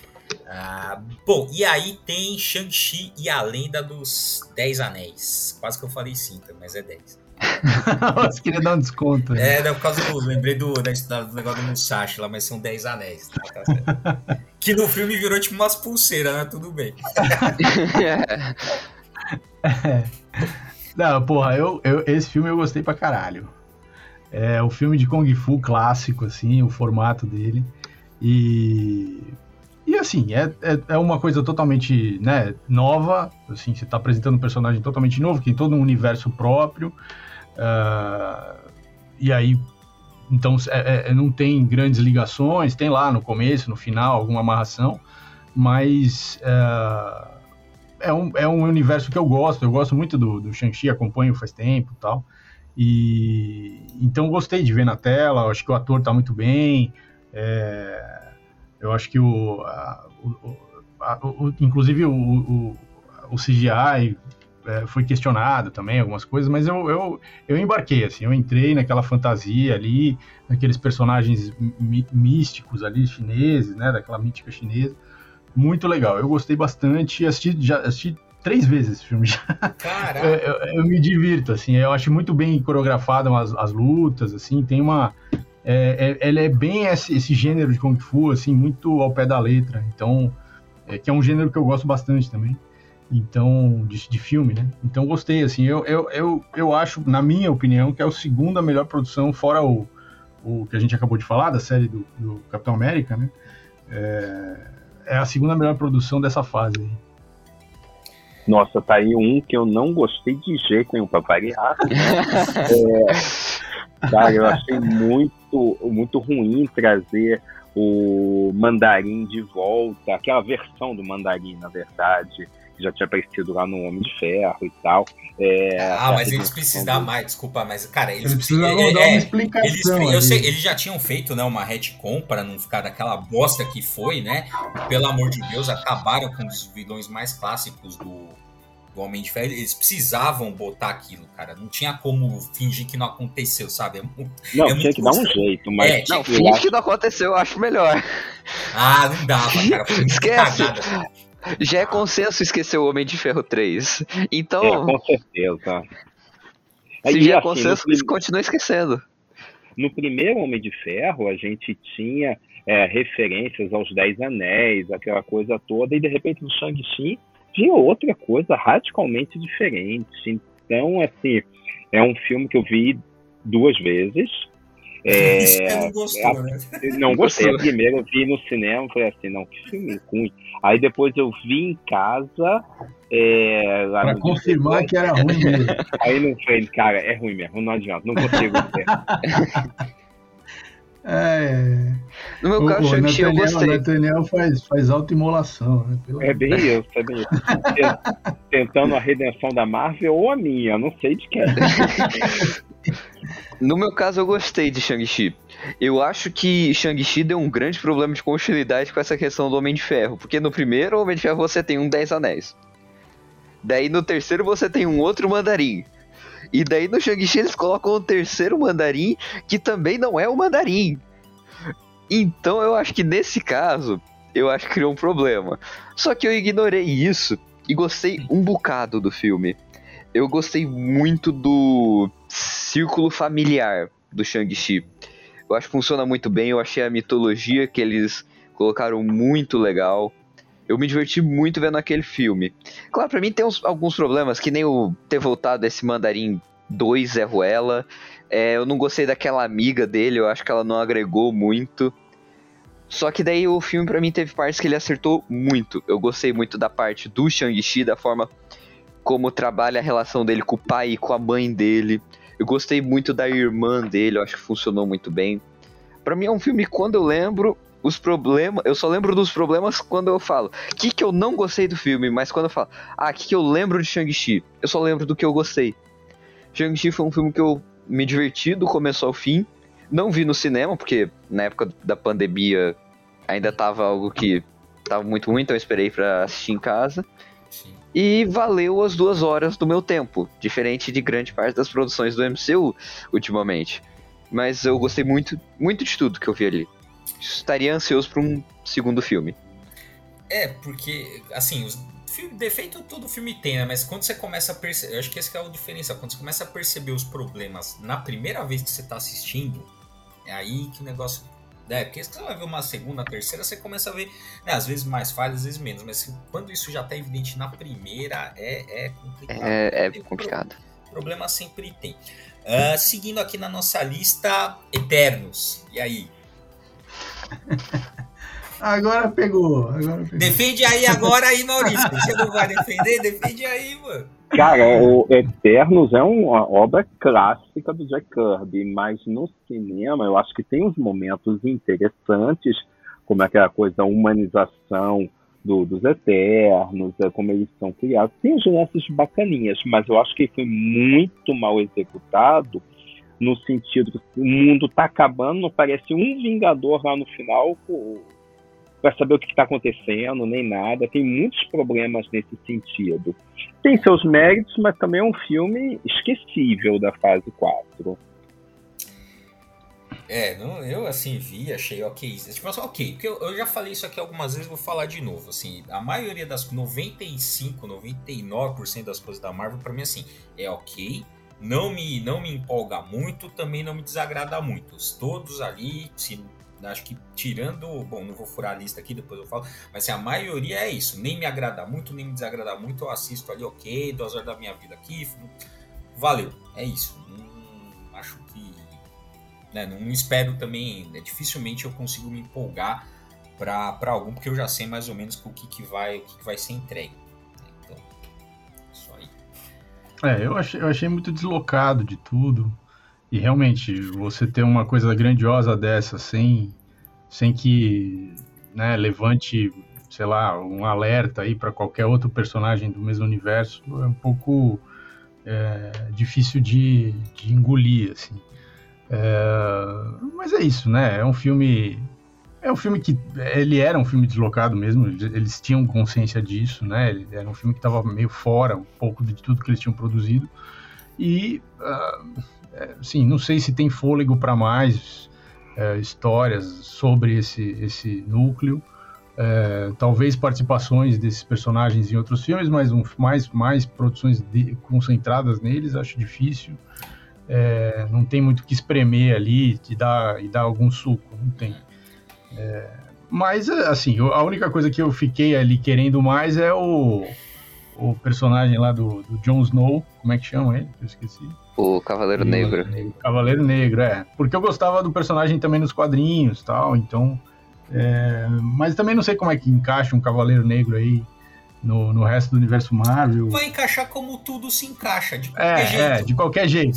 Ah, bom, e aí tem Shang-Chi e a Lenda dos Dez Anéis. Quase que eu falei cinco, mas é dez. Você queria dar um desconto. Né? É, não, por causa do. Lembrei do, da, do negócio do Musashi lá, mas são dez anéis. Tá, tá certo. Que no filme virou tipo umas pulseiras, né? Tudo bem. É. Não, porra, eu, eu, esse filme eu gostei pra caralho. É o filme de Kung Fu clássico, assim, o formato dele. E. E assim, é, é, é uma coisa totalmente, né, nova. Assim, você tá apresentando um personagem totalmente novo, que tem todo um universo próprio. Uh, e aí, então, é, é, não tem grandes ligações, tem lá no começo, no final, alguma amarração, mas uh, é, um, é um universo que eu gosto, eu gosto muito do, do Shang-Chi, acompanho faz tempo e tal, e então gostei de ver na tela, acho que o ator tá muito bem, é, eu acho que o, a, o, a, o inclusive o, o, o C G I É, foi questionado também, algumas coisas, mas eu, eu, eu embarquei, assim, eu entrei naquela fantasia ali, naqueles personagens mí- místicos ali, chineses, né, daquela mítica chinesa, muito legal, eu gostei bastante, assisti, já assisti três vezes esse filme já. Caraca! eu, eu, eu me divirto, assim, eu acho muito bem coreografado as, as lutas, assim, tem uma... É, é, ele é bem esse, esse gênero de Kung Fu, assim, muito ao pé da letra, então, é, que é um gênero que eu gosto bastante também. Então, de, de filme, né? Então, gostei, assim, eu, eu, eu, eu acho, na minha opinião, que é a segunda melhor produção, fora o, o que a gente acabou de falar, da série do, do Capitão América, né? É, é a segunda melhor produção dessa fase aí. Nossa, tá aí um que eu não gostei de jeito nenhum, pra variar. é, cara, eu achei muito, muito ruim trazer o Mandarim de volta, aquela versão do Mandarim, na verdade, já tinha aparecido lá no Homem de Ferro e tal. É, ah, mas eles precisavam mais, desculpa, mas, cara, eles, eles precisavam é, dar é, uma explicação. Eles, eu sei, eles já tinham feito, né, uma retcon para não ficar daquela bosta que foi, né? E, pelo amor de Deus, acabaram com um dos vilões mais clássicos do, do Homem de Ferro. Eles precisavam botar aquilo, cara. Não tinha como fingir que não aconteceu, sabe? É muito, não, é tinha muito que dar um jeito, mas... É, não, finge acho... que não aconteceu, eu acho melhor. Ah, não dava, cara. Foi muito Esquece. cagada. Já é consenso esquecer o Homem de Ferro três. Então. É, com certeza. Se Aí, já é assim, consenso, prim... continua esquecendo. No primeiro Homem de Ferro, a gente tinha é, referências aos Dez Anéis, aquela coisa toda, e de repente no Shang-Chi tinha outra coisa radicalmente diferente. Então, assim, é um filme que eu vi duas vezes. É, Isso que não gostou, né? Não gostei. A primeira eu vi no cinema e falei assim, não, que filme ruim. Aí depois eu vi em casa. É, lá pra no confirmar que era ruim mesmo. Aí não foi, cara, é ruim mesmo, não adianta, não consigo ver. É... No meu caso, Shang-Chi eu gostei. O Nathaniel faz, faz autoimolação, né? Pelo é bem isso, é bem isso. Tentando a redenção da Marvel ou a minha, não sei de quem. No meu caso, eu gostei de Shang-Chi. Eu acho que Shang-Chi deu um grande problema de continuidade com essa questão do Homem de Ferro. Porque no primeiro Homem de Ferro você tem um Dez Anéis. Daí no terceiro você tem um outro Mandarim. E daí no Shang-Chi eles colocam o terceiro Mandarim, que também não é o Mandarim. Então eu acho que nesse caso, eu acho que criou um problema. Só que eu ignorei isso e gostei um bocado do filme. Eu gostei muito do círculo familiar do Shang-Chi. Eu acho que funciona muito bem, eu achei a mitologia que eles colocaram muito legal. Eu me diverti muito vendo aquele filme. Claro, pra mim tem uns, alguns problemas, que nem o ter voltado esse Mandarim dois Zé Ruela. É, eu não gostei daquela amiga dele, eu acho que ela não agregou muito. Só que daí o filme pra mim teve partes que ele acertou muito. Eu gostei muito da parte do Shang-Chi, da forma como trabalha a relação dele com o pai e com a mãe dele. Eu gostei muito da irmã dele, eu acho que funcionou muito bem. Pra mim é um filme que quando eu lembro os problemas, eu só lembro dos problemas quando eu falo o que que eu não gostei do filme, mas quando eu falo, ah, o que que eu lembro de Shang-Chi, eu só lembro do que eu gostei. Shang-Chi foi um filme que eu me diverti do começo ao fim. Não vi no cinema, porque na época da pandemia ainda tava algo que tava muito ruim, então eu esperei pra assistir em casa. Sim. E valeu as duas horas do meu tempo, diferente de grande parte das produções do M C U ultimamente. Mas eu gostei muito, muito de tudo que eu vi ali. Estaria ansioso para um segundo filme. É, porque, assim, os filme, defeito todo filme tem, né? Mas quando você começa a perceber... Eu acho que essa que é a diferença. Quando você começa a perceber os problemas na primeira vez que você tá assistindo, é aí que o negócio... É, porque você vai ver uma segunda, terceira, você começa a ver, né, às vezes mais falhas, às vezes menos. Mas quando isso já tá evidente na primeira, é, é complicado. É, é complicado. Pro, problema sempre tem. Uh, seguindo aqui na nossa lista, Eternos. E aí? Agora pegou, agora pegou. Defende aí agora aí, Maurício. Você não vai defender? Defende aí, mano. Cara, o Eternos é uma obra clássica do Jack Kirby, mas no cinema eu acho que tem uns momentos interessantes, como aquela coisa da humanização do, dos Eternos, como eles são criados. Tem uns lances bacaninhas, mas eu acho que foi muito mal executado, no sentido que o mundo tá acabando, não parece um Vingador lá no final para saber o que está acontecendo, nem nada. Tem muitos problemas nesse sentido. Tem seus méritos, mas também é um filme esquecível da fase quatro. É, não, eu assim vi, achei ok. Tipo assim, ok, porque eu, eu já falei isso aqui algumas vezes, vou falar de novo. Assim, a maioria das noventa e cinco, noventa e nove por cento das coisas da Marvel, pra mim, assim, é ok. Não me, não me empolga muito, também não me desagrada muito. Todos ali, se, acho que tirando... Bom, não vou furar a lista aqui, depois eu falo. Mas assim, a maioria é isso. Nem me agrada muito, nem me desagrada muito. Eu assisto ali, ok, duas horas da minha vida aqui. Valeu, é isso. Hum, acho que... Né, não espero também... Né, dificilmente eu consigo me empolgar para algum, porque eu já sei mais ou menos o que, que, vai, o que, que vai ser entregue. Então, isso aí. É, eu achei, eu achei muito deslocado de tudo. E realmente, você ter uma coisa grandiosa dessa sem, sem que, né, levante, sei lá, um alerta aí para qualquer outro personagem do mesmo universo, é um pouco é, difícil de, de engolir, assim. É, mas é isso, né? É um filme... É um filme que... Ele era um filme deslocado mesmo, eles tinham consciência disso, né? Ele era um filme que estava meio fora um pouco de tudo que eles tinham produzido. E... Uh, Sim, não sei se tem fôlego para mais é, histórias sobre esse, esse núcleo. É, talvez participações desses personagens em outros filmes, mas um, mais, mais produções de, concentradas neles, acho difícil. É, não tem muito o que espremer ali e dar, e dar algum suco, não tem. É, mas, assim, a única coisa que eu fiquei ali querendo mais é o, o personagem lá do, do Jon Snow. Como é que chama ele? Eu esqueci. O Cavaleiro Negro. O Cavaleiro Negro, é. Porque eu gostava do personagem também nos quadrinhos e tal, então... É, mas também não sei como é que encaixa um Cavaleiro Negro aí no, no resto do universo Marvel. Vai encaixar como tudo se encaixa, de qualquer é, jeito. É, de qualquer jeito.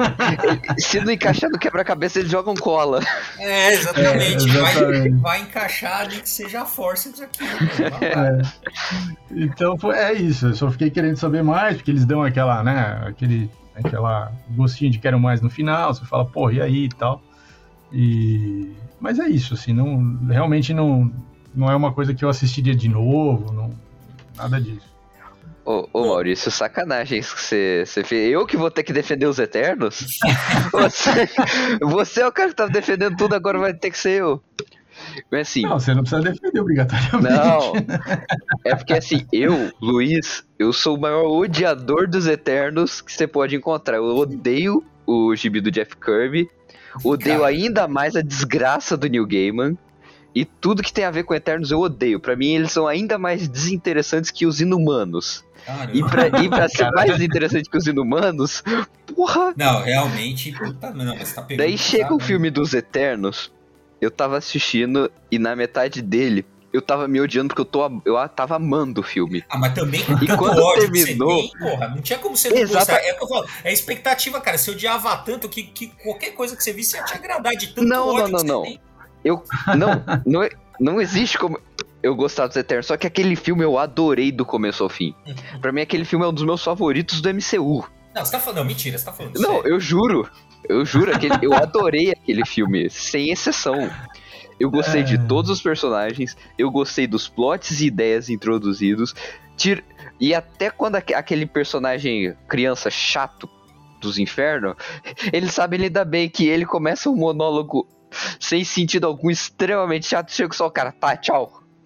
Se não encaixar no quebra-cabeça, eles jogam cola. É, exatamente. É, exatamente. Vai, vai encaixar nem que seja força aqui. É. Então é isso, eu só fiquei querendo saber mais, porque eles dão aquela, né, aquele... aquela gostinho de quero mais no final, você fala, pô, e aí e tal. E... Mas é isso, assim, não, realmente não, não é uma coisa que eu assistiria de novo, não, nada disso. Ô, ô Maurício, sacanagem isso que você, você fez. Eu que vou ter que defender os Eternos? você, você é o cara que tá defendendo tudo, agora vai ter que ser eu. Mas assim... Não, você não precisa defender obrigatoriamente. Não, é porque assim, eu, Luiz, eu sou o maior odiador dos Eternos que você pode encontrar. Eu odeio o gibi do Jeff Kirby, odeio Cara. ainda mais a desgraça do Neil Gaiman, e tudo que tem a ver com Eternos eu odeio. Pra mim eles são ainda mais desinteressantes que os Inumanos. Caramba. E pra, e pra ser mais desinteressante que os Inumanos, porra... Não, realmente, puta, não, mas tá pegando... Daí chega o filme dos Eternos... Eu tava assistindo e na metade dele eu tava me odiando porque eu, tô, eu tava amando o filme. Ah, mas também com e tanto quando ódio terminou, que você tem, porra, não tinha como você não gostar. É o que eu falo, é expectativa, cara. Você odiava tanto que, que qualquer coisa que você visse ia te agradar de tanto não, ódio não, não, que não. você tem. Eu, não, não, não existe como eu gostar dos Eternos, só que aquele filme eu adorei do começo ao fim. Pra mim aquele filme é um dos meus favoritos do M C U. Não, você tá falando, não, mentira, você tá falando Não, sério. eu juro, eu juro, aquele, eu adorei aquele filme, sem exceção. Eu gostei é. de todos os personagens, eu gostei dos plots e ideias introduzidos, tir... e até quando aquele personagem criança chato dos infernos, eles sabem lidar bem, que ele começa um monólogo sem sentido algum, extremamente chato, chega só o cara, tá, tchau,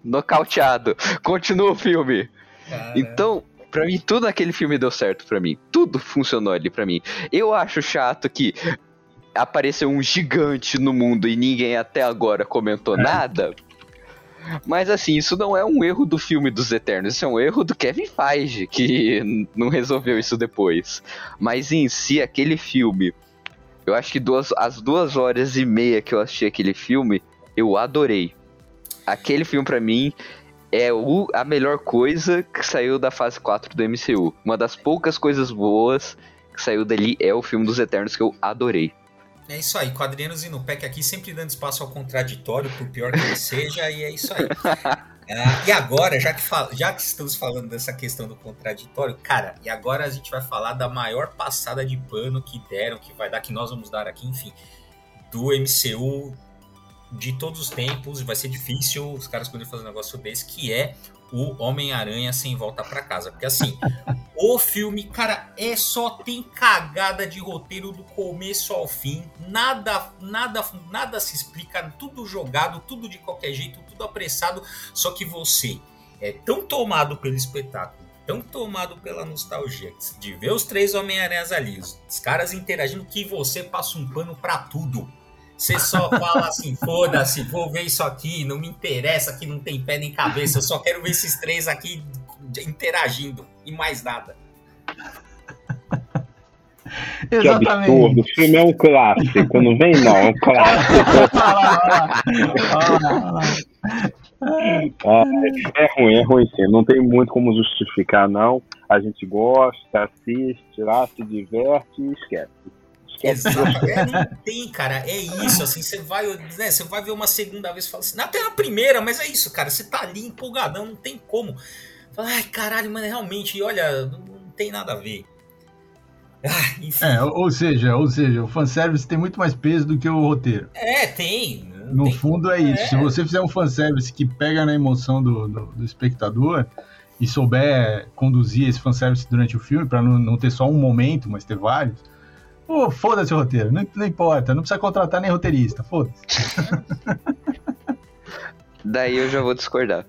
nocauteado. Continua o filme. Cara. Então, pra mim, tudo naquele filme deu certo pra mim. Tudo funcionou ali pra mim. Eu acho chato que apareceu um gigante no mundo e ninguém até agora comentou nada. Mas assim, isso não é um erro do filme dos Eternos, isso é um erro do Kevin Feige, que não resolveu isso depois. Mas em si, aquele filme, eu acho que duas, as duas horas e meia que eu assisti aquele filme, eu adorei. Aquele filme pra mim é o, a melhor coisa que saiu da fase quatro do M C U. Uma das poucas coisas boas que saiu dali é o filme dos Eternos, que eu adorei. É isso aí, Quadrinhos e no P E C aqui sempre dando espaço ao contraditório, por pior que ele seja, e é isso aí. Ah, e agora, já que, fal- já que estamos falando dessa questão do contraditório, cara, e agora a gente vai falar da maior passada de pano que deram, que vai dar, que nós vamos dar aqui, enfim, do M C U de todos os tempos, vai ser difícil os caras poderem fazer um negócio desse, que é o Homem-Aranha Sem Volta Pra Casa. Porque assim, o filme, cara, é só tem cagada de roteiro do começo ao fim, nada, nada, nada se explica, tudo jogado, tudo de qualquer jeito, tudo apressado, só que você é tão tomado pelo espetáculo, tão tomado pela nostalgia de ver os três Homem-Aranhas ali, os, os caras interagindo, que você passa um pano pra tudo. Você só fala assim, foda-se, vou ver isso aqui, não me interessa que não tem pé nem cabeça, eu só quero ver esses três aqui interagindo e mais nada. Que Exatamente. absurdo, o filme é um clássico, não vem não, é um clássico. Ah, é ruim, é ruim sim, não tem muito como justificar não, a gente gosta, assiste lá, se diverte e esquece. Exato, é, não tem, cara, é isso, assim, você vai, né, você vai ver uma segunda vez e fala assim, até na primeira, mas é isso, cara, você tá ali empolgadão, não tem como. Fala, ai, caralho, mano, realmente, olha, não, não tem nada a ver. Ah, enfim. É, ou seja, ou seja, o fanservice tem muito mais peso do que o roteiro. É, tem. No tem fundo é isso. É. Se você fizer um fanservice que pega na emoção do, do, do espectador e souber conduzir esse fanservice durante o filme, pra não, não ter só um momento, mas ter vários, pô, foda-se o roteiro, não, não importa, não precisa contratar nem roteirista, foda-se. Daí eu já vou discordar.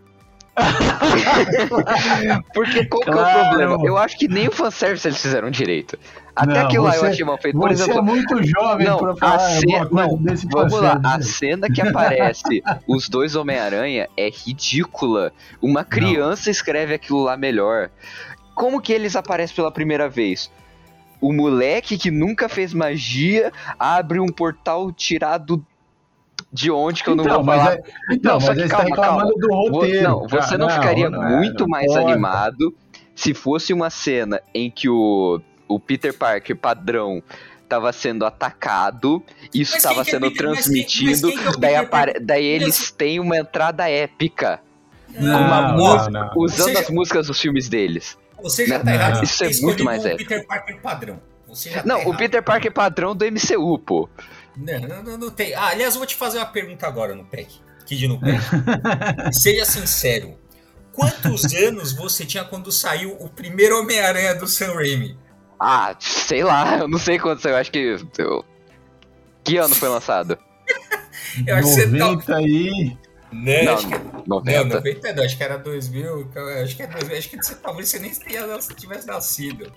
Porque qual Claro. que é o problema? Eu acho que nem o fanservice eles fizeram direito. Até Não, aquilo lá você- eu achei mal feito. Por Você exemplo, é muito jovem não, pra a falar cena, alguma coisa não, desse vamos lá, fanservice. a cena que aparece os dois Homem-Aranha é ridícula. Uma criança escreve aquilo lá melhor. Como que eles aparecem pela primeira vez? O moleque que nunca fez magia abre um portal tirado de onde que eu não Então, vou mas falar. é- então, Não, só mas que aí você calma, tá reclamando calma. do roteiro. Vo- Não, você cara. não ficaria não é, muito não mais importa. animado se fosse uma cena em que o, o Peter Parker padrão tava sendo atacado, isso Mas tava quem que é sendo Peter- mas quem- transmitido, mas quem que é o daí, Peter apare- Parker? daí Mas- eles têm uma entrada épica, Não, uma não, música, não. usando Você as já- músicas dos filmes deles. Você já tá Não, errado. isso Você é ter muito escolhido mais o épico. Peter Parker padrão. Você já tá Não, o errado. Peter Parker padrão do M C U, pô. Não, não, não, não tem. Ah, aliás, eu vou te fazer uma pergunta agora no P E C. Kid no P E C. Seja sincero. Quantos anos você tinha quando saiu o primeiro Homem-Aranha do Sam Raimi? Ah, sei lá, eu não sei quanto, eu acho que... eu- Que ano foi lançado? Eu acho que você tá... noventa aí. Não, Não, acho que... noventa. Não, noventa não, acho que era dois mil, acho que é dois mil, acho que você, talvez você nem tenha, tivesse nascido.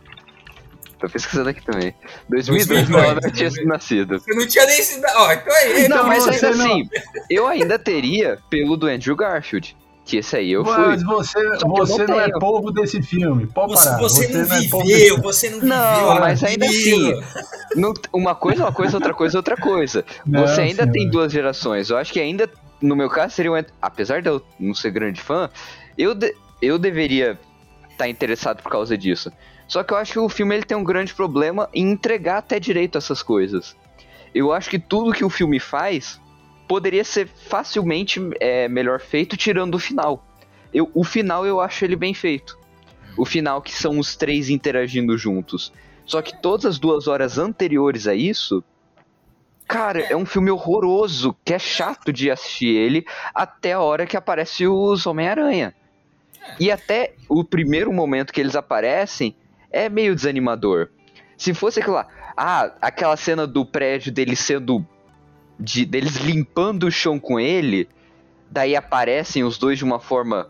Tô pesquisando aqui também. dois mil e dois, dois mil e dois, não, eu tinha sido nascido. Você não tinha nem sido... Ó, então aí... Não, Então mas você ainda não- assim, eu ainda teria pelo do Andrew Garfield. Que esse aí eu fui. Mas você, Só que eu você não não é tenho. povo desse filme. Pode Você, parar. você não é povo viveu, desse- você não viveu. Não, mas ainda menino. assim, não- uma coisa é uma coisa, outra coisa é outra coisa. Não, Você ainda senhor. tem duas gerações. Eu acho que ainda, no meu caso, seria um... Apesar de eu não ser grande fã, eu, de- eu deveria estar interessado por causa disso. Só que eu acho que o filme ele tem um grande problema em entregar até direito essas coisas. Eu acho que tudo que o filme faz poderia ser facilmente é, melhor feito tirando o final. Eu, o final eu acho ele bem feito. O final que são os três interagindo juntos. Só que todas as duas horas anteriores a isso, cara, é um filme horroroso, que é chato de assistir ele até a hora que aparece os Homem-Aranha. E até o primeiro momento que eles aparecem é meio desanimador. Se fosse aquilo lá, ah, aquela cena do prédio deles sendo, de, deles limpando o chão com ele, daí aparecem os dois de uma forma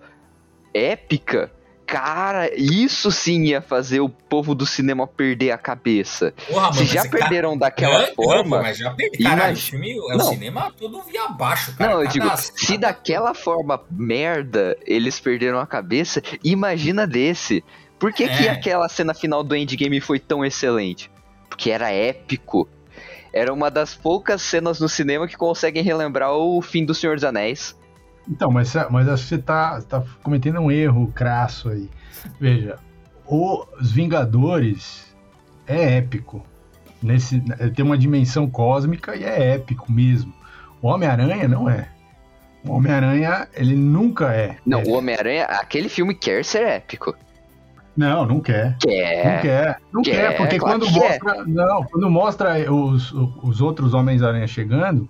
épica, cara, isso sim ia fazer o povo do cinema perder a cabeça. Porra, Se mano, já mas perderam cara... daquela não, forma... Não, mas já perderam. Caralho, imag... o filme é o não. cinema todo via abaixo, cara. Não, eu cada, digo, cada... se daquela forma merda eles perderam a cabeça, imagina desse. Por que, É. que aquela cena final do Endgame foi tão excelente? Porque era épico. Era uma das poucas cenas no cinema que conseguem relembrar o fim do Senhor dos Anéis. Então, mas, mas acho que você tá, tá cometendo um erro crasso aí. Veja, Os Vingadores é épico. Nesse, tem uma dimensão cósmica e é épico mesmo. O Homem-Aranha não é. O Homem-Aranha, ele nunca é. Não, é. o Homem-Aranha, aquele filme quer ser épico. Não, não quer. Quer. Não quer. Não quer, quer porque claro quando mostra. Não, quando mostra os, os outros Homens-Aranha chegando,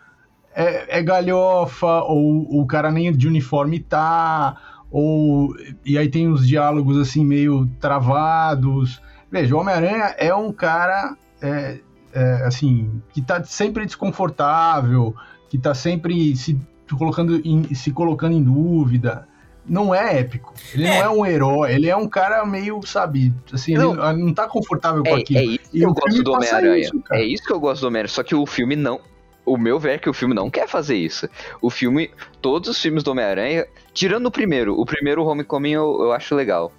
é, é galhofa, ou o cara nem de uniforme tá, ou. E aí tem os diálogos assim meio travados. Veja, o Homem-Aranha é um cara é, é, assim, que tá sempre desconfortável, que tá sempre se colocando em, se colocando em dúvida. Não é épico. Ele é. não é um herói, ele é um cara meio, sabe, assim, não, ele não tá confortável com é, aquilo. É isso que e eu gosto do Homem-Aranha. É isso isso que eu gosto do Homem-Aranha, só que o filme não... O meu ver é que o filme não quer fazer isso. O filme, todos os filmes do Homem-Aranha, tirando o primeiro, o primeiro Homecoming eu, eu acho legal.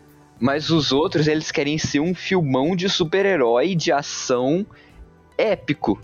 Mas os outros, eles querem ser um filmão de super-herói, de ação épico.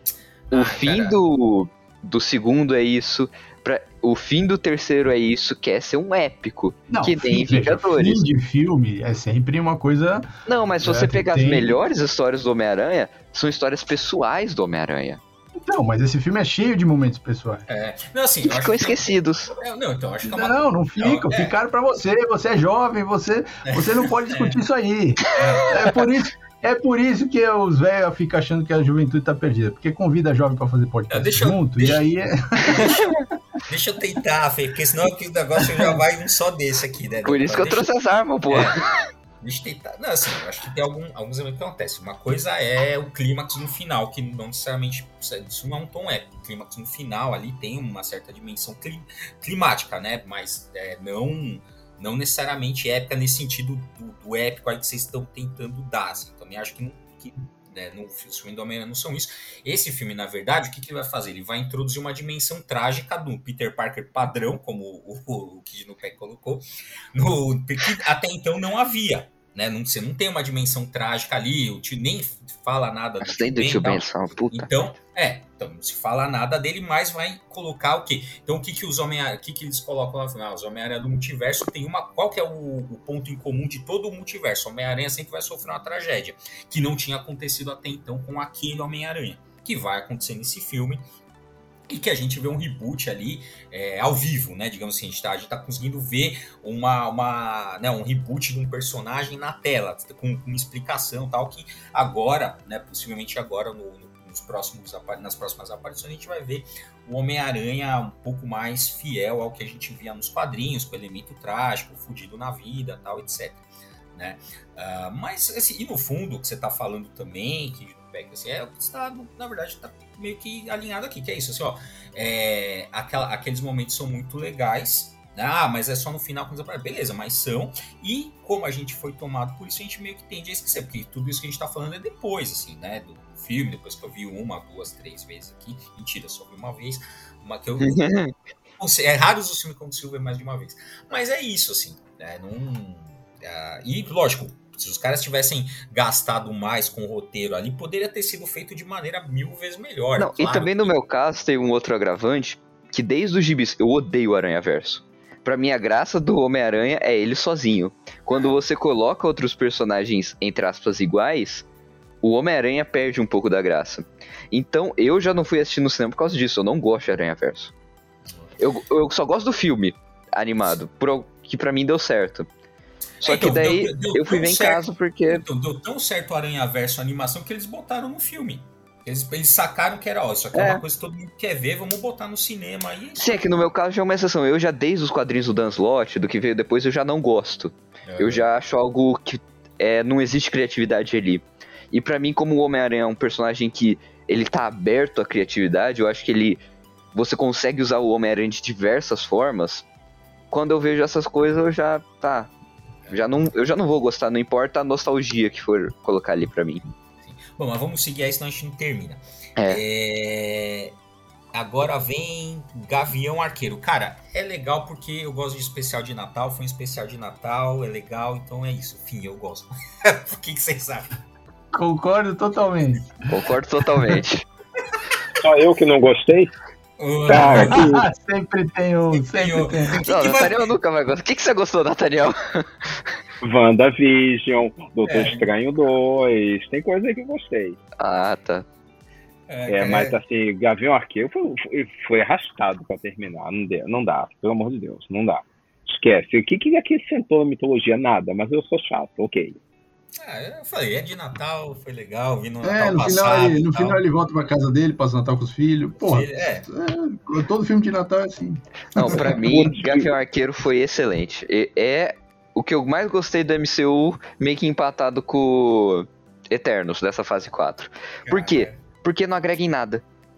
O ah, fim do, do segundo é isso... Pra, o fim do terceiro é isso, quer ser um épico. Não, que nem Vingadores. Fim de filme é sempre uma coisa... Não, mas se você é, pegar tem... as melhores histórias do Homem-Aranha, são histórias pessoais do Homem-Aranha. Então, mas esse filme é cheio de momentos pessoais. É. Não, assim, e ficam esquecidos. Que... É, não, então, acho que é uma... não, não ficam. É. Ficaram pra você. Você é jovem, você, você não pode discutir é. isso aí. É. é por isso... É por isso que os velhos ficam achando que a juventude tá perdida. Porque convida a jovem pra fazer podcast não, deixa junto, eu, deixa, e aí é... Deixa, deixa eu tentar, Fê, porque senão aqui o negócio já vai um só desse aqui, né? Por isso que eu deixa, trouxe as armas, pô. É, deixa eu tentar. Não, assim, eu acho que tem algum, alguns elementos que acontecem. Uma coisa é o clímax no final, que não necessariamente... Isso não é um tom épico. O clímax no final ali tem uma certa dimensão clim, climática, né? Mas é, não... não necessariamente épica nesse sentido do, do épico aí que vocês estão tentando dar. Assim. Também acho que, não, que né, no filme do Homem-Aranha não são isso. Esse filme, na verdade, o que, que ele vai fazer? Ele vai introduzir uma dimensão trágica do Peter Parker padrão, como o, o, o Kid no Pé colocou, no, que até então não havia. Né? Não, você não tem uma dimensão trágica ali, o tio nem fala nada do tio Ben, ben então, puta. então, é, então não se fala nada dele, mas vai colocar o quê? Então o que que os Homem-Aranha, o que que eles colocam lá no final? Os Homem-Aranha do multiverso tem uma, qual que é o, o ponto em comum de todo o multiverso? O Homem-Aranha sempre vai sofrer uma tragédia, que não tinha acontecido até então com aquele Homem-Aranha, que vai acontecer nesse filme, e que a gente vê um reboot ali é, ao vivo, né? Digamos assim, a gente tá, a gente tá conseguindo ver uma, uma, né, um reboot de um personagem na tela, com, com uma explicação tal, que agora, né, possivelmente agora, no, no, nos próximos, nas próximas aparições, a gente vai ver o Homem-Aranha um pouco mais fiel ao que a gente via nos quadrinhos, com o elemento trágico, fudido na vida, tal, etcétera. Né? Uh, mas, assim, e no fundo, o que você tá falando também, que assim, é o que está, na verdade, está meio que alinhado aqui, que é isso, assim, ó, é, aquela, aqueles momentos são muito legais, né? Ah, mas é só no final quando aparece, beleza, mas são, e como a gente foi tomado por isso, a gente meio que tende a esquecer, porque tudo isso que a gente está falando é depois, assim, né, do, do filme, depois que eu vi uma, duas, três vezes aqui, mentira, só vi uma vez, uma que eu... é raro os filmes que eu consigo ver mais de uma vez, mas é isso, assim, né, não... Uh, e, lógico, se os caras tivessem gastado mais com o roteiro ali, poderia ter sido feito de maneira mil vezes melhor. Não, claro. E também no meu caso tem um outro agravante, que desde os gibis, eu odeio o Aranhaverso. Pra mim a graça do Homem-Aranha é ele sozinho. Quando você coloca outros personagens, entre aspas, iguais, o Homem-Aranha perde um pouco da graça. Então eu já não fui assistir no cinema por causa disso, eu não gosto de Aranhaverso. Eu, eu só gosto do filme animado, que pra mim deu certo. Só então, que daí deu, deu eu fui ver em casa porque... Então, deu tão certo o Aranhaverso animação que eles botaram no filme. Eles, eles sacaram que era, ó, isso aqui é. é uma coisa que todo mundo quer ver, vamos botar no cinema aí. Sim, é que no meu caso já é uma exceção. Eu já, desde os quadrinhos do Dan Slott, do que veio depois, eu já não gosto. É. Eu já acho algo que é, não existe criatividade ali. E pra mim, como o Homem-Aranha é um personagem que ele tá aberto à criatividade, eu acho que ele você consegue usar o Homem-Aranha de diversas formas, quando eu vejo essas coisas eu já, tá, já não, eu já não vou gostar, não importa a nostalgia que for colocar ali pra mim. Sim. Bom, mas vamos seguir aí, senão a gente não termina. É. É... Agora vem Gavião Arqueiro. Cara, é legal porque eu gosto de especial de Natal, foi um especial de Natal, é legal, então é isso. Fim, eu gosto. O que, que vocês acham? Concordo totalmente. Concordo totalmente. Só eu que não gostei? Uh, Cara, que... sempre tem um, sempre tem. Que, Não, que Nathaniel vai... nunca vai gostar. O que, que você gostou, Nathaniel? WandaVision, Doutor É. Estranho dois, tem coisa aí que eu gostei. Ah, tá. É, É, cara, mas assim, Gavião Arqueiro foi, foi, foi arrastado pra terminar. Não, deu, não dá, pelo amor de Deus, não dá. Esquece. O que, que acrescentou na mitologia? Nada, mas eu sou chato, ok. Ah, eu falei, é de Natal, foi legal, vi no Natal É, no, passado. final, ele, e no tal. final ele volta pra casa dele, passa o Natal com os filhos. Porra, Ele- é. é, todo filme de Natal é assim. Não, pra mim, Gavião Arqueiro foi excelente. E- É o que eu mais gostei do M C U, meio que empatado com Eternos, dessa fase quatro. Por quê? Porque não agrega em nada.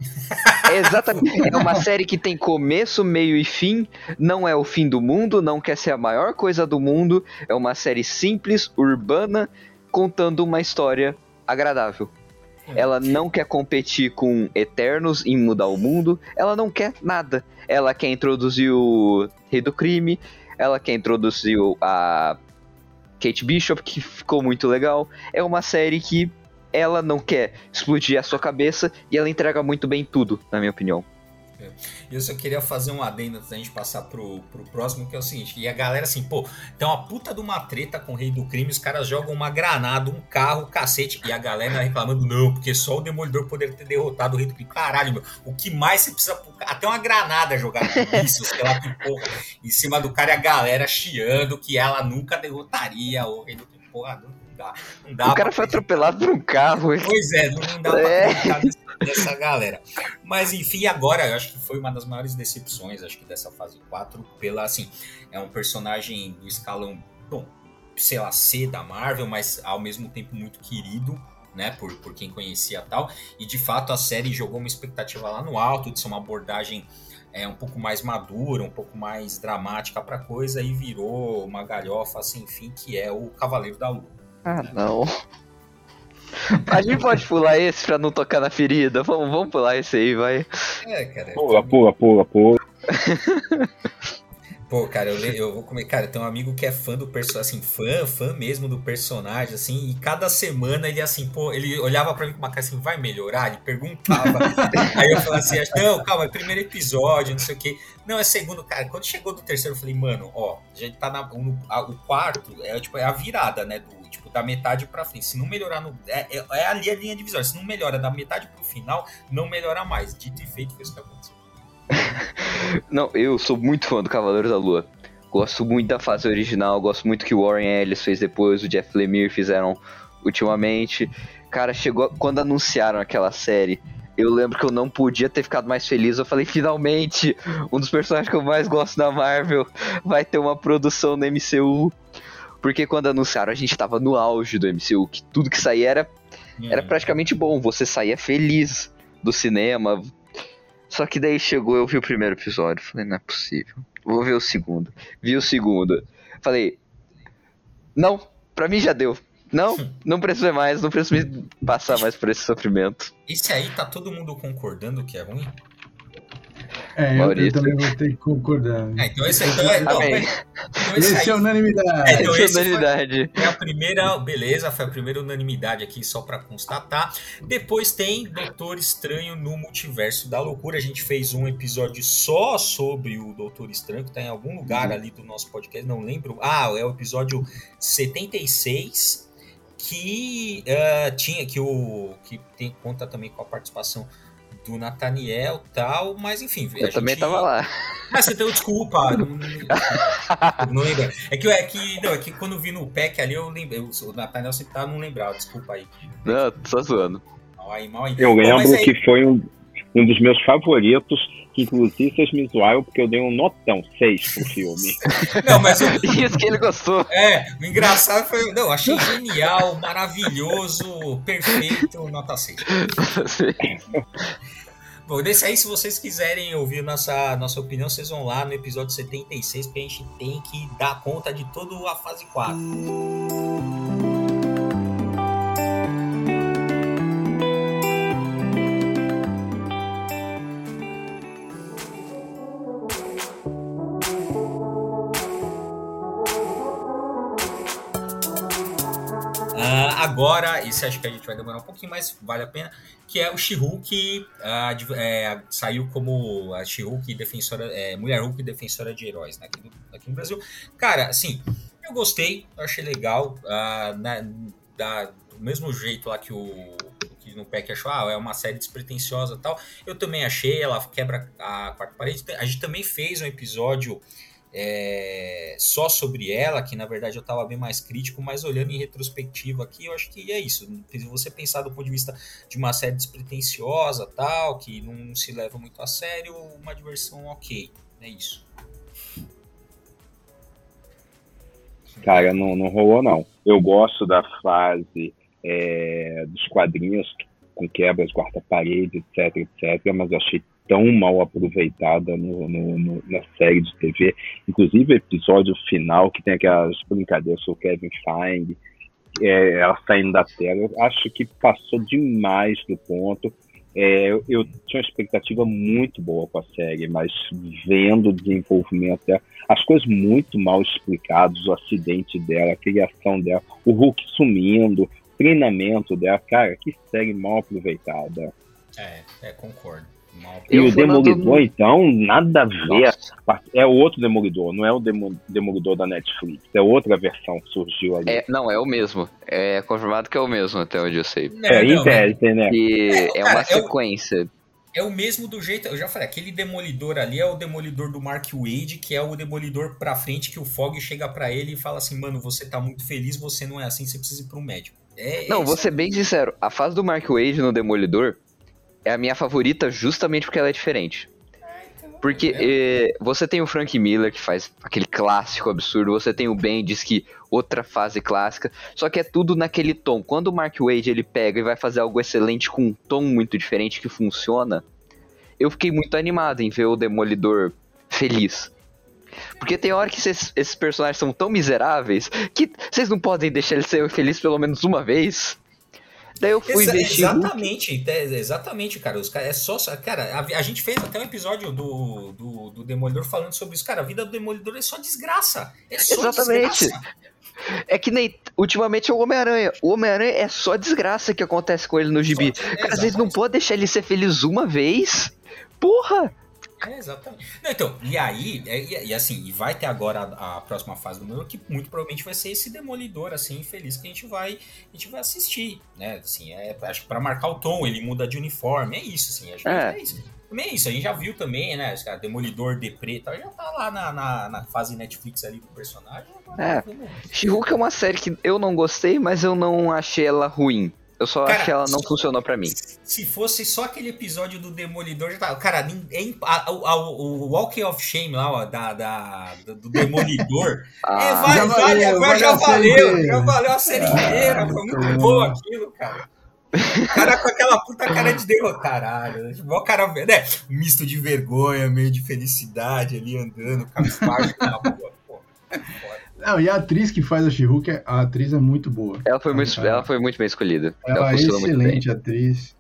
É exatamente. É uma série que tem começo, meio e fim. Não é o fim do mundo, não quer ser a maior coisa do mundo. É uma série simples, urbana, contando uma história agradável. Ela não quer competir com Eternos em mudar o mundo. Ela não quer nada. Ela quer introduzir o Rei do Crime. Ela quer introduzir o- a Kate Bishop, que ficou muito legal. É uma série que ela não quer explodir a sua cabeça e ela entrega muito bem tudo, na minha opinião. Eu só queria fazer um adendo antes da gente passar pro, pro próximo, que é o seguinte, e a galera assim, pô, tem uma puta de uma treta com o Rei do Crime, os caras jogam uma granada, um carro, cacete, e a galera reclamando, não, porque só o Demolidor poderia ter derrotado o Rei do Crime. Caralho, meu, o que mais você precisa... Até uma granada jogada com isso, sei lá que porra, em cima do cara e a galera chiando que ela nunca derrotaria o Rei do Crime. Porra, não dá. Não dá O cara pra foi atropelado por um carro. Pois é, não não dá É. pra acreditar nessa, nessa galera. Mas enfim, agora eu acho que foi uma das maiores decepções, acho que dessa fase quatro, pela assim, é um personagem do escalão, bom, sei lá, C da Marvel, mas ao mesmo tempo muito querido, né, por, por quem conhecia tal, e de fato a série jogou uma expectativa lá no alto, de ser uma abordagem é, um pouco mais madura, um pouco mais dramática pra coisa, e virou uma galhofa sem fim, que é o Cavaleiro da Lua. Ah, não. A gente pode pular esse pra não tocar na ferida? Vamos, vamos pular esse aí, vai. É, cara. Pula, pula, pula, pula. Pô, cara, eu, le- eu vou comer. Cara, tem um amigo que é fã do personagem, assim, fã, fã mesmo do personagem, assim, e cada semana ele, assim, pô, ele olhava pra mim com uma cara assim, vai melhorar? Ele perguntava. Aí eu falava assim, não, calma, é primeiro episódio, não sei o quê. Não, é segundo, cara. Quando chegou do terceiro, eu falei, mano, ó, a gente tá na. No, a- o quarto é, tipo, é a virada, né? Do, tipo, da metade pra frente. Se não melhorar no. É, é, é ali a linha divisória. Se não melhora da metade pro final, não melhora mais. Dito e feito, foi isso que aconteceu. Não, eu sou muito fã do Cavaleiro da Lua. Gosto muito da fase original, gosto muito que o Warren Ellis fez depois, o Jeff Lemire fizeram ultimamente. Cara, chegou quando anunciaram aquela série, eu lembro que eu não podia ter ficado mais feliz. Eu falei, finalmente, um dos personagens que eu mais gosto da Marvel vai ter uma produção no M C U. Porque quando anunciaram, a gente tava no auge do M C U, que tudo que saía era, era praticamente bom, você saía feliz do cinema. Só que daí chegou, eu vi o primeiro episódio, falei, não é possível, vou ver o segundo. Vi o segundo, falei, não, pra mim já deu. Não, não preciso ver mais, não preciso me passar mais por esse sofrimento. Esse aí tá todo mundo concordando que é ruim? É, eu, eu Maurício. também vou ter que concordar. É, então esse aí então é, não, Amém. então esse Esse é aí unanimidade. É, então Essa esse foi- unanimidade. é a primeira, beleza, foi a primeira unanimidade aqui, só pra constatar. Depois tem Doutor Estranho no Multiverso da Loucura. A gente fez um episódio só sobre o Doutor Estranho, que tá em algum lugar ali do nosso podcast, não lembro. Ah, é o episódio setenta e seis, que ah, tinha, que o que tem conta também com a participação do Nathaniel e tal, mas enfim. a Eu também gente- tava lá. Ah, você deu desculpa. Não, não, não lembro. É que, é, que, não, é que quando vi no pack ali, eu lembrei. O Nathaniel sempre tá, não lembrava, desculpa aí. Não, só zoando. Mal aí, mal aí. Eu Bom, lembro mas aí- que foi um, um dos meus favoritos, que inclusive vocês me zoaram porque eu dei um notão, seis pro filme. Não, mas o, Isso que ele gostou. é, o engraçado foi. Não, achei genial, maravilhoso, perfeito, nota seis. Bom, desse aí, se vocês quiserem ouvir nossa, nossa opinião, vocês vão lá no episódio setenta e seis, porque a gente tem que dar conta de toda a fase quatro. Uh, agora, esse acho que a gente vai demorar um pouquinho, mas vale a pena, que é o She-Hulk, uh, é, saiu como a She-Hulk defensora, é, Mulher Hulk defensora de heróis, né, aqui, no, aqui no Brasil. Cara, assim, eu gostei, eu achei legal, uh, na, da, do mesmo jeito lá que o que no P E C achou, ah, é uma série despretensiosa e tal, eu também achei, ela quebra a quarta parede. A gente também fez um episódio É, só sobre ela, que na verdade eu estava bem mais crítico, mas olhando em retrospectiva aqui, eu acho que é isso. Se você pensar do ponto de vista de uma série despretensiosa, tal, que não se leva muito a sério, uma diversão ok, é isso. Cara, não, não rolou não. Eu gosto da fase é, dos quadrinhos com quebras, quarta-parede, etc, etc, mas eu achei tão mal aproveitada no, no, no, na série de T V, inclusive o episódio final que tem aquelas brincadeiras sobre o Kevin Feige, é, ela saindo da tela, eu acho que passou demais do ponto. É, eu, eu tinha uma expectativa muito boa com a série, mas vendo o desenvolvimento dela, as coisas muito mal explicadas, o acidente dela, a criação dela, o Hulk sumindo, o treinamento dela, cara, que série mal aproveitada. É, é, concordo. E o Demolidor, então, nada a ver. Nossa. É outro Demolidor, não é o Demolidor da Netflix. É outra versão que surgiu ali. É, não, é o mesmo. É confirmado que é o mesmo, até onde eu sei. É, em tese, né? E é, é cara, uma sequência. É o, é o mesmo do jeito... Eu já falei, aquele Demolidor ali é o Demolidor do Mark Waid, que é o Demolidor pra frente, que o Fogg chega pra ele e fala assim, mano, você tá muito feliz, você não é assim, você precisa ir pro médico. É, não, é vou ser bem sincero. A fase do Mark Waid no Demolidor é a minha favorita justamente porque ela é diferente. Porque eh, você tem o Frank Miller, que faz aquele clássico absurdo, você tem o Bendis, que outra fase clássica, só que é tudo naquele tom. Quando o Mark Waid ele pega e vai fazer algo excelente com um tom muito diferente que funciona, eu fiquei muito animado em ver o Demolidor feliz. Porque tem hora que cês, esses personagens são tão miseráveis que vocês não podem deixar ele ser feliz pelo menos uma vez. Daí eu fui Exa- investir. Exatamente, é, exatamente, cara. Os cara é só. Cara, a, a gente fez até um episódio do, do, do Demolidor falando sobre isso. Cara, a vida do Demolidor é só desgraça. É só Exatamente. desgraça. É que nem. Ultimamente é o Homem-Aranha. O Homem-Aranha é só desgraça que acontece com ele no gibi. Só, é, cara, vocês não podem deixar ele ser feliz uma vez. Porra! É, exatamente. Não, então, e aí, e, e assim, e vai ter agora a, a próxima fase do Demolidor, que muito provavelmente vai ser esse Demolidor, assim, infeliz, que a gente vai, a gente vai assistir, né, assim, é, acho que pra marcar o tom, ele muda de uniforme, é isso, assim, acho que é, é isso. Também é isso, a gente já viu também, né, cara, Demolidor, Deprê, tal, já tá lá na, na, na fase Netflix ali do personagem. É, She-Hulk é uma série que eu não gostei, mas eu não achei ela ruim. Eu só cara, acho que ela não se, funcionou pra mim. Se fosse só aquele episódio do Demolidor, já tá. Cara, é, a, a, o Walking of Shame lá, ó, da, da, do Demolidor. ah, é, vai, já vale, valeu, agora já valeu, já valeu a série ah, inteira. Foi muito bom aquilo, cara. O cara com aquela puta cara de derrota, caralho. O cara, né? Um misto de vergonha, meio de felicidade ali andando, cabisbaixo na rua. Pô, é foda. Não, e a atriz que faz a She-Hulk, a atriz é muito boa. Ela foi muito, ela foi muito bem escolhida. Ela, ela é excelente muito bem. atriz.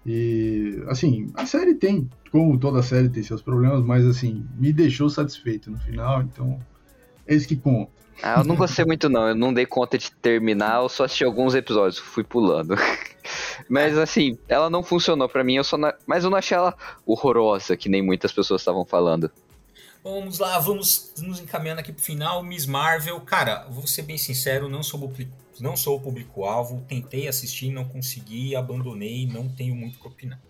E, assim, a série tem, como toda série tem seus problemas, mas, assim, me deixou satisfeito no final, então é isso que conta. Ah, eu não gostei muito não, eu não dei conta de terminar, eu só assisti alguns episódios, fui pulando. Mas, assim, ela não funcionou pra mim, eu só não... mas eu não achei ela horrorosa, que nem muitas pessoas estavam falando. Vamos lá, vamos nos encaminhando aqui pro final. Miss Marvel, cara, vou ser bem sincero, não sou, não sou o público-alvo, tentei assistir, não consegui, abandonei, não tenho muito o que opinar.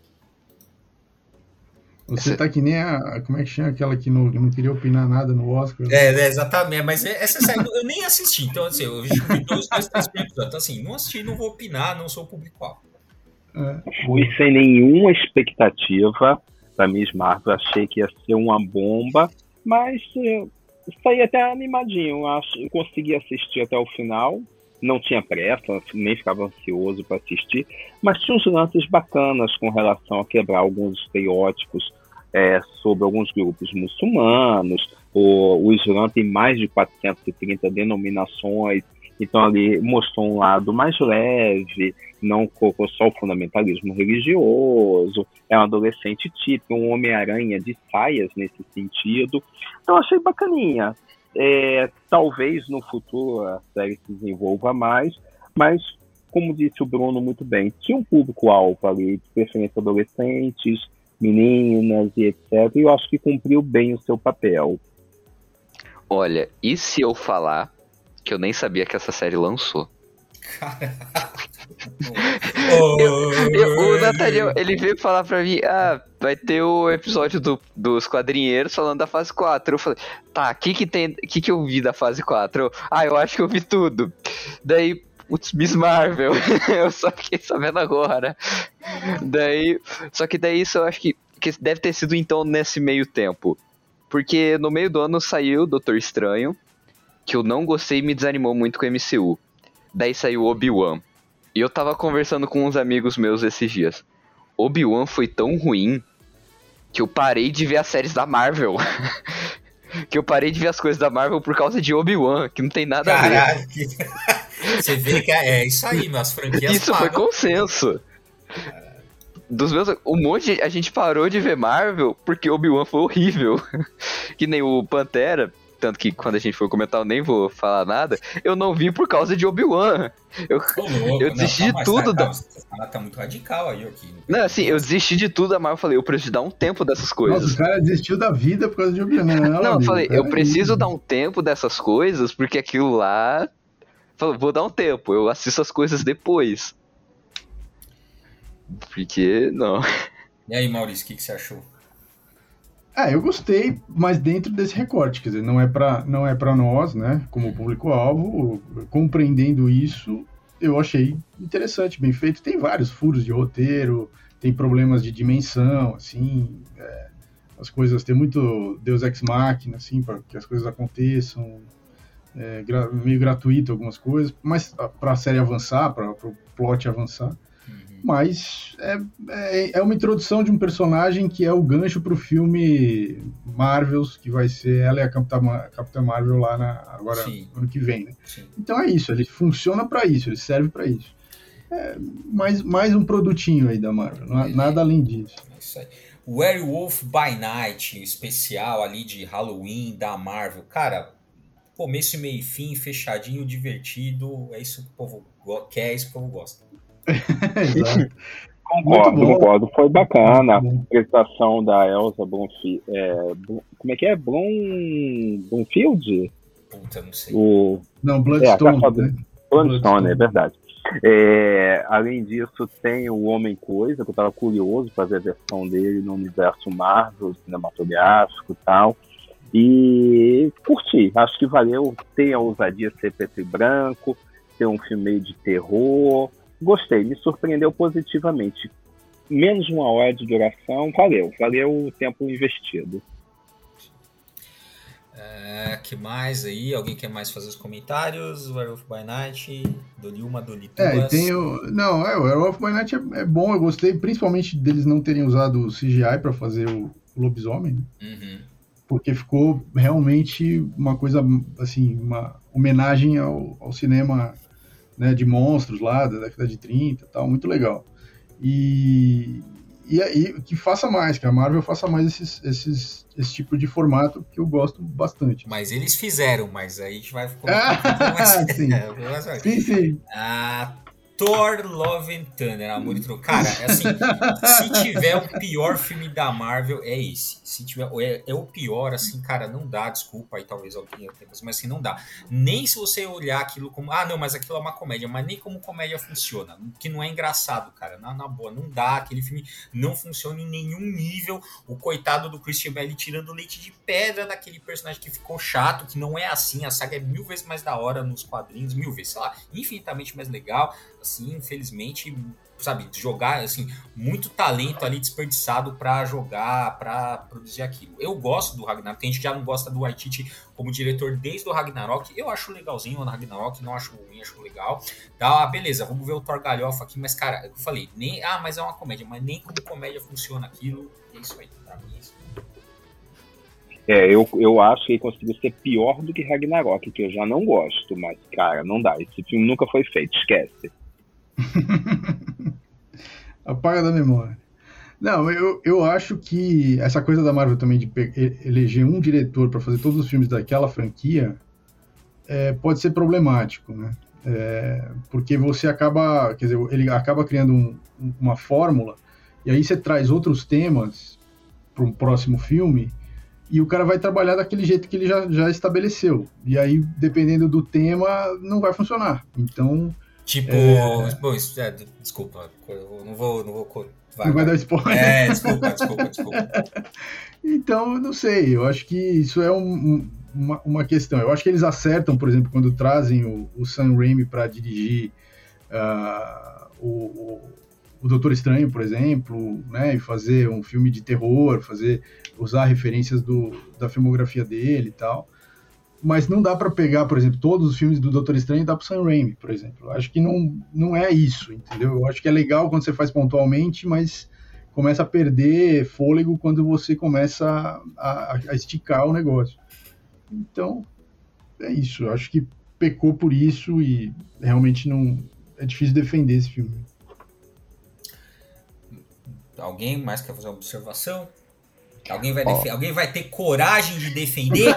Você essa... tá que nem a, como é que chama aquela que não, não queria opinar nada no Oscar? É, é exatamente, mas essa série eu nem assisti, então assim, eu vi dois, dois, três episódios, então assim, não assisti, não vou opinar, não sou o público-alvo. É. Fui sem nenhuma expectativa da Miss Marvel, achei que ia ser uma bomba, mas eu saí até animadinho, acho, eu consegui assistir até o final, não tinha pressa, nem ficava ansioso para assistir, mas tinha uns lances bacanas com relação a quebrar alguns estereótipos é, sobre alguns grupos muçulmanos. O, o Islã tem mais de quatrocentas e trinta denominações, então ali mostrou um lado mais leve, não colocou só o fundamentalismo religioso, é um adolescente típico, um Homem-Aranha de saias nesse sentido. Então achei bacaninha. É, talvez no futuro a série se desenvolva mais, mas como disse o Bruno muito bem, tinha um público-alvo ali, de preferência adolescentes, meninas e etcétera. E eu acho que cumpriu bem o seu papel. Olha, e se eu falar que eu nem sabia que essa série lançou? eu, eu, o Nathaniel, ele veio falar pra mim, ah, vai ter o episódio do, dos quadrinheiros falando da fase quatro. Eu falei, tá, o que que tem, que que eu vi da fase quatro? Eu, ah, eu acho que eu vi tudo. Daí, putz, Miss Marvel, eu só fiquei sabendo agora. Daí, só que daí isso eu acho que, que deve ter sido então nesse meio tempo. Porque no meio do ano saiu Doutor Estranho, que eu não gostei e me desanimou muito com o M C U. Daí saiu Obi-Wan. E eu tava conversando com uns amigos meus esses dias. Obi-Wan foi tão ruim que eu parei de ver as séries da Marvel. que eu parei de ver as coisas da Marvel por causa de Obi-Wan, que não tem nada Caralho, a ver. que... Você vê que é, é isso aí, as franquias Isso pagam. foi consenso. Dos meus, um monte de, a gente parou de ver Marvel porque Obi-Wan foi horrível. Que nem o Pantera. Tanto que quando a gente for comentar eu nem vou falar nada. Eu não vi por causa de Obi-Wan. Eu, Ô, louco, eu desisti não, de tá, tudo. Tá, da... tá, tá muito radical aí, aqui. Não, assim, eu desisti de tudo da Marvel. Eu falei, eu preciso dar um tempo dessas coisas. Nossa, o cara desistiu da vida por causa de Obi-Wan. Não, não, eu amigo, falei, eu aí. preciso dar um tempo dessas coisas, porque aquilo lá... Falei, vou dar um tempo, eu assisto as coisas depois. Porque, não... E aí, Maurício, o que, que você achou? Ah, eu gostei, mas dentro desse recorte, quer dizer, não é para não é para nós, né, como público-alvo, compreendendo isso, eu achei interessante, bem feito. Tem vários furos de roteiro, tem problemas de dimensão, assim, é, as coisas, tem muito Deus Ex Machina, assim, para que as coisas aconteçam, é, gra, meio gratuito algumas coisas, mas para a série avançar, para o plot avançar. Mas é, é, é uma introdução de um personagem que é o gancho para o filme Marvels, que vai ser ela e a Capitã, Capitã Marvel lá na, agora Sim. ano que vem, né? Sim. Então é isso, ele funciona para isso, ele serve para isso. É mais, mais um produtinho aí da Marvel, não, nada além disso. É isso aí. Werewolf by Night, especial ali de Halloween da Marvel. Cara, começo, meio e fim, fechadinho, divertido. É isso que o povo quer, é isso que o povo gosta. Exato. Concordo, concordo. Foi bacana a apresentação da Elsa Brunfield. É, como é que é? Brun... Brunfield? Puta, não sei. O... Não, Bloodstone. É, né? Bloodstone, é verdade. É, além disso, tem o Homem-Coisa, que eu estava curioso para ver a versão dele no universo Marvel, cinematográfico e tal. E curti. Acho que valeu ter a ousadia ser preto e branco, ter um filme meio de terror. Gostei, me surpreendeu positivamente. Menos de uma hora de duração, valeu. Valeu o tempo investido. É, que mais aí? Alguém quer mais fazer os comentários? Werewolf by Night, dou-lhe uma, dou-lhe duas. É, tem o... Não, é, o Werewolf by Night é, é bom, eu gostei, principalmente deles não terem usado o C G I para fazer o lobisomem, né? Uhum. Porque ficou realmente uma coisa, assim, uma homenagem ao, ao cinema, né, de monstros lá da década de trinta e tal, muito legal. E, e aí, que faça mais, que a Marvel faça mais esses, esses, esse tipo de formato que eu gosto bastante. Mas eles fizeram, mas aí a gente vai... Ah, mais... sim. sim, sim. Ah, Thor, Love and Thunder, Amor e Trovão. Cara, assim, se tiver o pior filme da Marvel, é esse. Se tiver, é, é o pior, assim, cara, não dá, desculpa, aí talvez alguém tenha, mas assim, não dá. Nem se você olhar aquilo como, ah, não, mas aquilo é uma comédia, mas nem como comédia funciona, que não é engraçado, cara, na, na boa, não dá, aquele filme não funciona em nenhum nível, o coitado do Christian Bale tirando leite de pedra daquele personagem que ficou chato, que não é assim, a saga é mil vezes mais da hora nos quadrinhos, mil vezes, sei lá, infinitamente mais legal, assim, infelizmente, sabe, jogar, assim, muito talento ali desperdiçado pra jogar, pra produzir aquilo. Eu gosto do Ragnarok, tem gente que já não gosta do Waititi como diretor desde o Ragnarok, eu acho legalzinho o Ragnarok, não acho ruim, acho legal. Tá, beleza, vamos ver o Thor galhofa aqui, mas, cara, eu falei, nem, ah, mas é uma comédia, mas nem como comédia funciona aquilo, é isso aí, pra mim, é isso. É, eu, eu acho que ele conseguiu ser pior do que Ragnarok, que eu já não gosto, mas, cara, não dá. Esse filme nunca foi feito, esquece. Apaga da memória. Não, eu, eu acho que essa coisa da Marvel também de pe- eleger um diretor para fazer todos os filmes daquela franquia é, pode ser problemático, né? É, porque você acaba, quer dizer, ele acaba criando um, uma fórmula e aí você traz outros temas para um próximo filme e o cara vai trabalhar daquele jeito que ele já, já estabeleceu. E aí, dependendo do tema, não vai funcionar. Então... Tipo... É... Bom, isso, é, desculpa, eu não vou... Não, vou, vai, não vai, vai dar spoiler. É, desculpa, desculpa, desculpa. Então, eu não sei. Eu acho que isso é um, uma, uma questão. Eu acho que eles acertam, por exemplo, quando trazem o, o Sam Raimi para dirigir uh, o... o o Doutor Estranho, por exemplo, né, e fazer um filme de terror, fazer, usar referências do, da filmografia dele e tal, mas não dá para pegar, por exemplo, todos os filmes do Doutor Estranho e dar pro Sam Raimi, por exemplo. Eu acho que não, não é isso, entendeu? Eu acho que é legal quando você faz pontualmente, mas começa a perder fôlego quando você começa a, a esticar o negócio. Então, é isso. Eu acho que pecou por isso e realmente não é difícil defender esse filme. Alguém mais quer fazer uma observação? Alguém vai, def... oh. Alguém vai ter coragem de defender?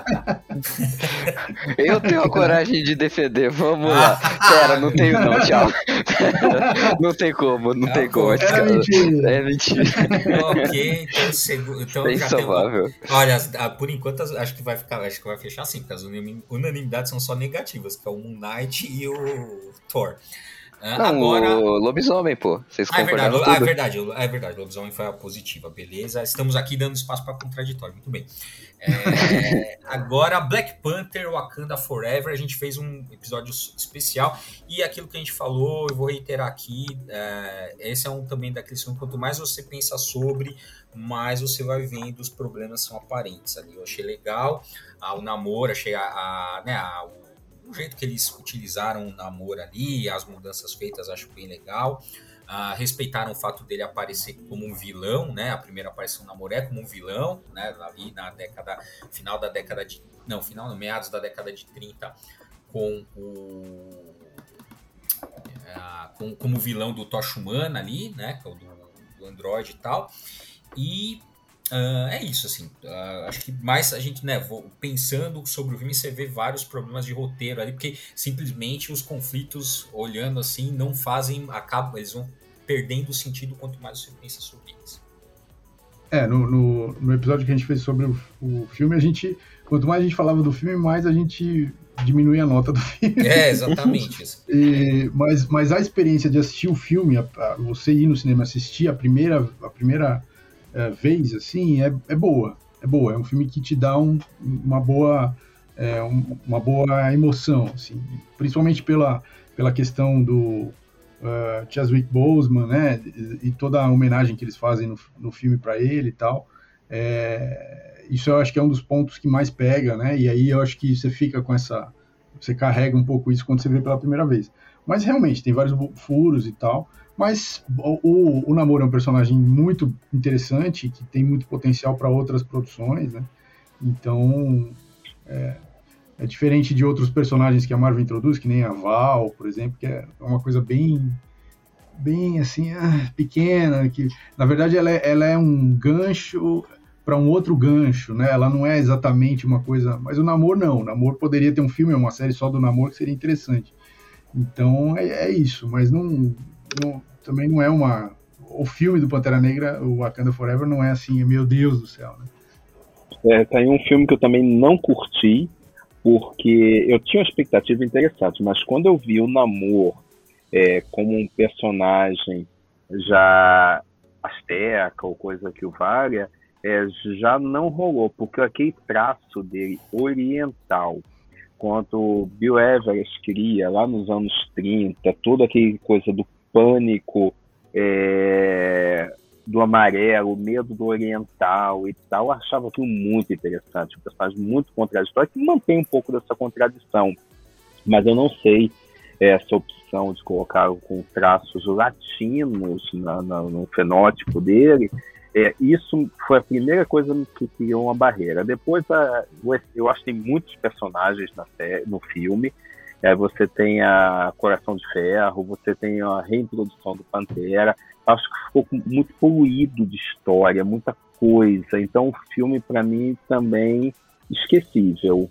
Eu tenho a coragem de defender, vamos lá. Pera, não tenho não, tchau. Não tem como, não ah, tem como. É cara... mentira. É mentira. Ok, então, segu... então é já insalvável. Tem... Olha, por enquanto acho que vai ficar, acho que vai fechar assim, porque as unanimidades são só negativas, que é o Moon Knight e o Thor. Não, agora... o lobisomem, pô. Vocês ah, é concordaram verdade, tudo? é verdade, é verdade. O lobisomem foi a positiva, beleza. Estamos aqui dando espaço para contraditório, muito bem. É, agora, Black Panther, Wakanda Forever, a gente fez um episódio especial e aquilo que a gente falou, eu vou reiterar aqui, é, esse é um também daqueles filmes, quanto mais você pensa sobre, mais você vai vendo os problemas são aparentes ali. Eu achei legal, ah, o namoro, achei a, a, né, a, o o jeito que eles utilizaram o namoro ali, as mudanças feitas, acho bem legal. Uh, respeitaram o fato dele aparecer como um vilão, né? A primeira aparição do namoro é como um vilão, né? Ali na década, final da década de... Não, final, no meados da década de trinta, com o... Uh, com, como vilão do Tocha Humana ali, né? Que é o do, do Android e tal. E... Uh, é isso, assim, uh, acho que mais a gente, né, vou, pensando sobre o filme, você vê vários problemas de roteiro ali, porque simplesmente os conflitos, olhando assim, não fazem, acabam, eles vão perdendo o sentido quanto mais você pensa sobre eles. É, no, no, no episódio que a gente fez sobre o, o filme, a gente, quanto mais a gente falava do filme, mais a gente diminuía a nota do filme. É, exatamente isso. E, mas, mas a experiência de assistir o filme, a, a, você ir no cinema assistir a primeira... A primeira É, vez, assim, é, é boa, é boa, é um filme que te dá um, uma boa é, um, uma boa emoção, assim, principalmente pela, pela questão do uh, Chadwick Boseman, né, e, e toda a homenagem que eles fazem no, no filme para ele e tal, é, isso eu acho que é um dos pontos que mais pega, né, e aí eu acho que você fica com essa, você carrega um pouco isso quando você vê pela primeira vez, mas realmente tem vários furos e tal. Mas o, o Namor é um personagem muito interessante, que tem muito potencial para outras produções, né? Então, é, é diferente de outros personagens que a Marvel introduz, que nem a Val, por exemplo, que é uma coisa bem, bem assim, pequena, que na verdade ela é, ela é um gancho para um outro gancho, né? Ela não é exatamente uma coisa... Mas o Namor não, o Namor poderia ter um filme, uma série só do Namor que seria interessante. Então, é, é isso, mas não... Não, também não é uma... O filme do Pantera Negra, o Wakanda Forever, não é assim, meu Deus do céu, né? É, tem um filme que eu também não curti, porque eu tinha uma expectativa interessante, mas quando eu vi o Namor é, como um personagem já asteca ou coisa que o valha, é, já não rolou, porque aquele traço dele oriental, quanto Bill Everett queria, lá nos anos trinta, toda aquela coisa do pânico, é, do amarelo, medo do oriental e tal, eu achava aquilo muito interessante, um personagem muito contraditório, que mantém um pouco dessa contradição, mas eu não sei essa opção de colocar com traços latinos na, na, no fenótipo dele. É, isso foi a primeira coisa que criou uma barreira. Depois, a, eu acho que tem muitos personagens na série, no filme. É, você tem a Coração de Ferro, você tem a reintrodução do Pantera. Acho que ficou muito poluído de história, muita coisa. Então, o filme, para mim, também esquecível.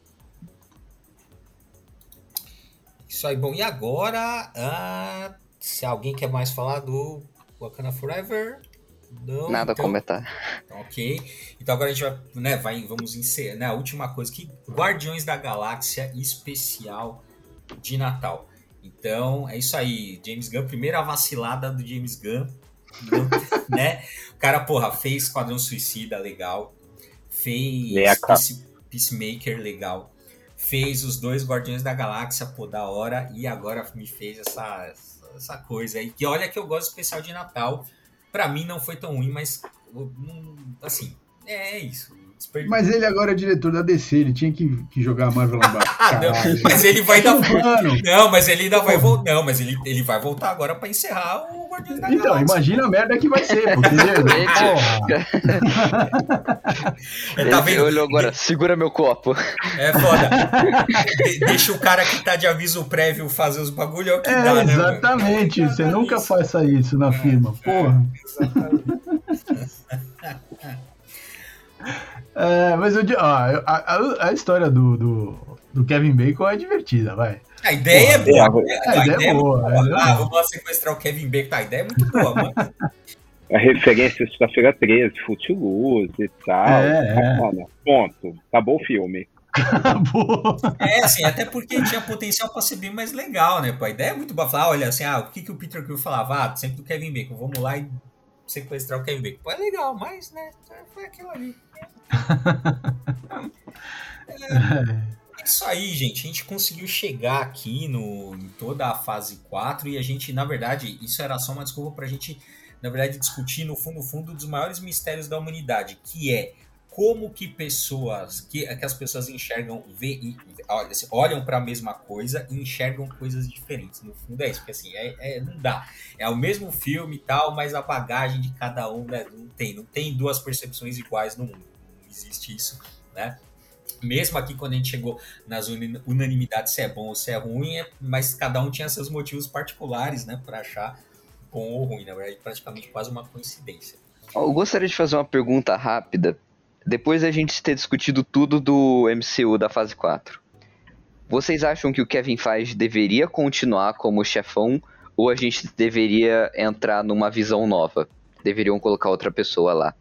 Isso aí, bom. E agora, ah, se alguém quer mais falar do Wakanda Forever... Não, Nada então, a comentar. Então, ok. Então agora a gente vai, né, vai vamos encerrar, né, a última coisa que Guardiões da Galáxia especial de Natal. Então é isso aí, James Gunn, primeira vacilada do James Gunn, né? O cara, porra, fez Esquadrão Suicida, legal. Fez Peace, Peacemaker, legal. Fez os dois Guardiões da Galáxia, pô, da hora. E agora me fez essa, essa coisa aí. Que olha que eu gosto do especial de Natal. Pra mim não foi tão ruim, mas assim, é isso. Desperdi... Mas ele agora é diretor da D C, ele tinha que, que jogar a Marvel lá embaixo. Não, mas ele vai dar. Não, mas ele ainda vai voltar. Não, mas ele, ele vai voltar agora pra encerrar o Guardiões da Galáxia. Então, imagina a merda que vai ser, porque ele tá vendo? olhou agora, de... segura meu copo. É foda. De, deixa o cara que tá de aviso prévio fazer os bagulho, é o que é, dá, né? Exatamente, mano? Você nunca isso. faça isso na é, firma, porra. É, exatamente. É, mas eu, ó, a, a, a história do, do, do Kevin Bacon é divertida, vai. A ideia Pô, é boa. A, a, a ideia, ideia é boa. boa. É ah, vamos lá sequestrar o Kevin Bacon. A ideia é muito boa, mano. A referência de Sexta-feira treze, Footloose e tal. É, é. Ponto. Acabou o filme. Acabou. É, assim, até porque tinha potencial pra ser bem mais legal, né? Pô, a ideia é muito boa. Falar, olha, assim, ah, o que, que o Peter Quill falava? Ah, sempre do Kevin Bacon. Vamos lá e sequestrar o Kevin Bacon. Pô, é legal, mas, né, foi aquilo ali. É, é isso aí, gente. A gente conseguiu chegar aqui no, em toda a fase quatro e a gente, na verdade, isso era só uma desculpa pra gente, na verdade, discutir no fundo, fundo dos maiores mistérios da humanidade, que é como que pessoas, que, que as pessoas enxergam, vê, olha, assim, olham para a mesma coisa e enxergam coisas diferentes. No fundo é isso, porque assim, é, é, não dá. É o mesmo filme e tal, mas a bagagem de cada um, né, não tem. Não tem duas percepções iguais no mundo. Não existe isso, né? Mesmo aqui quando a gente chegou nas unanimidades se é bom ou se é ruim, é, mas cada um tinha seus motivos particulares, né, para achar bom ou ruim. Na verdade, praticamente quase uma coincidência. Eu gostaria de fazer uma pergunta rápida. Depois da gente ter discutido tudo do M C U da fase quatro, vocês acham que o Kevin Feige deveria continuar como chefão ou a gente deveria entrar numa visão nova? Deveriam colocar outra pessoa lá?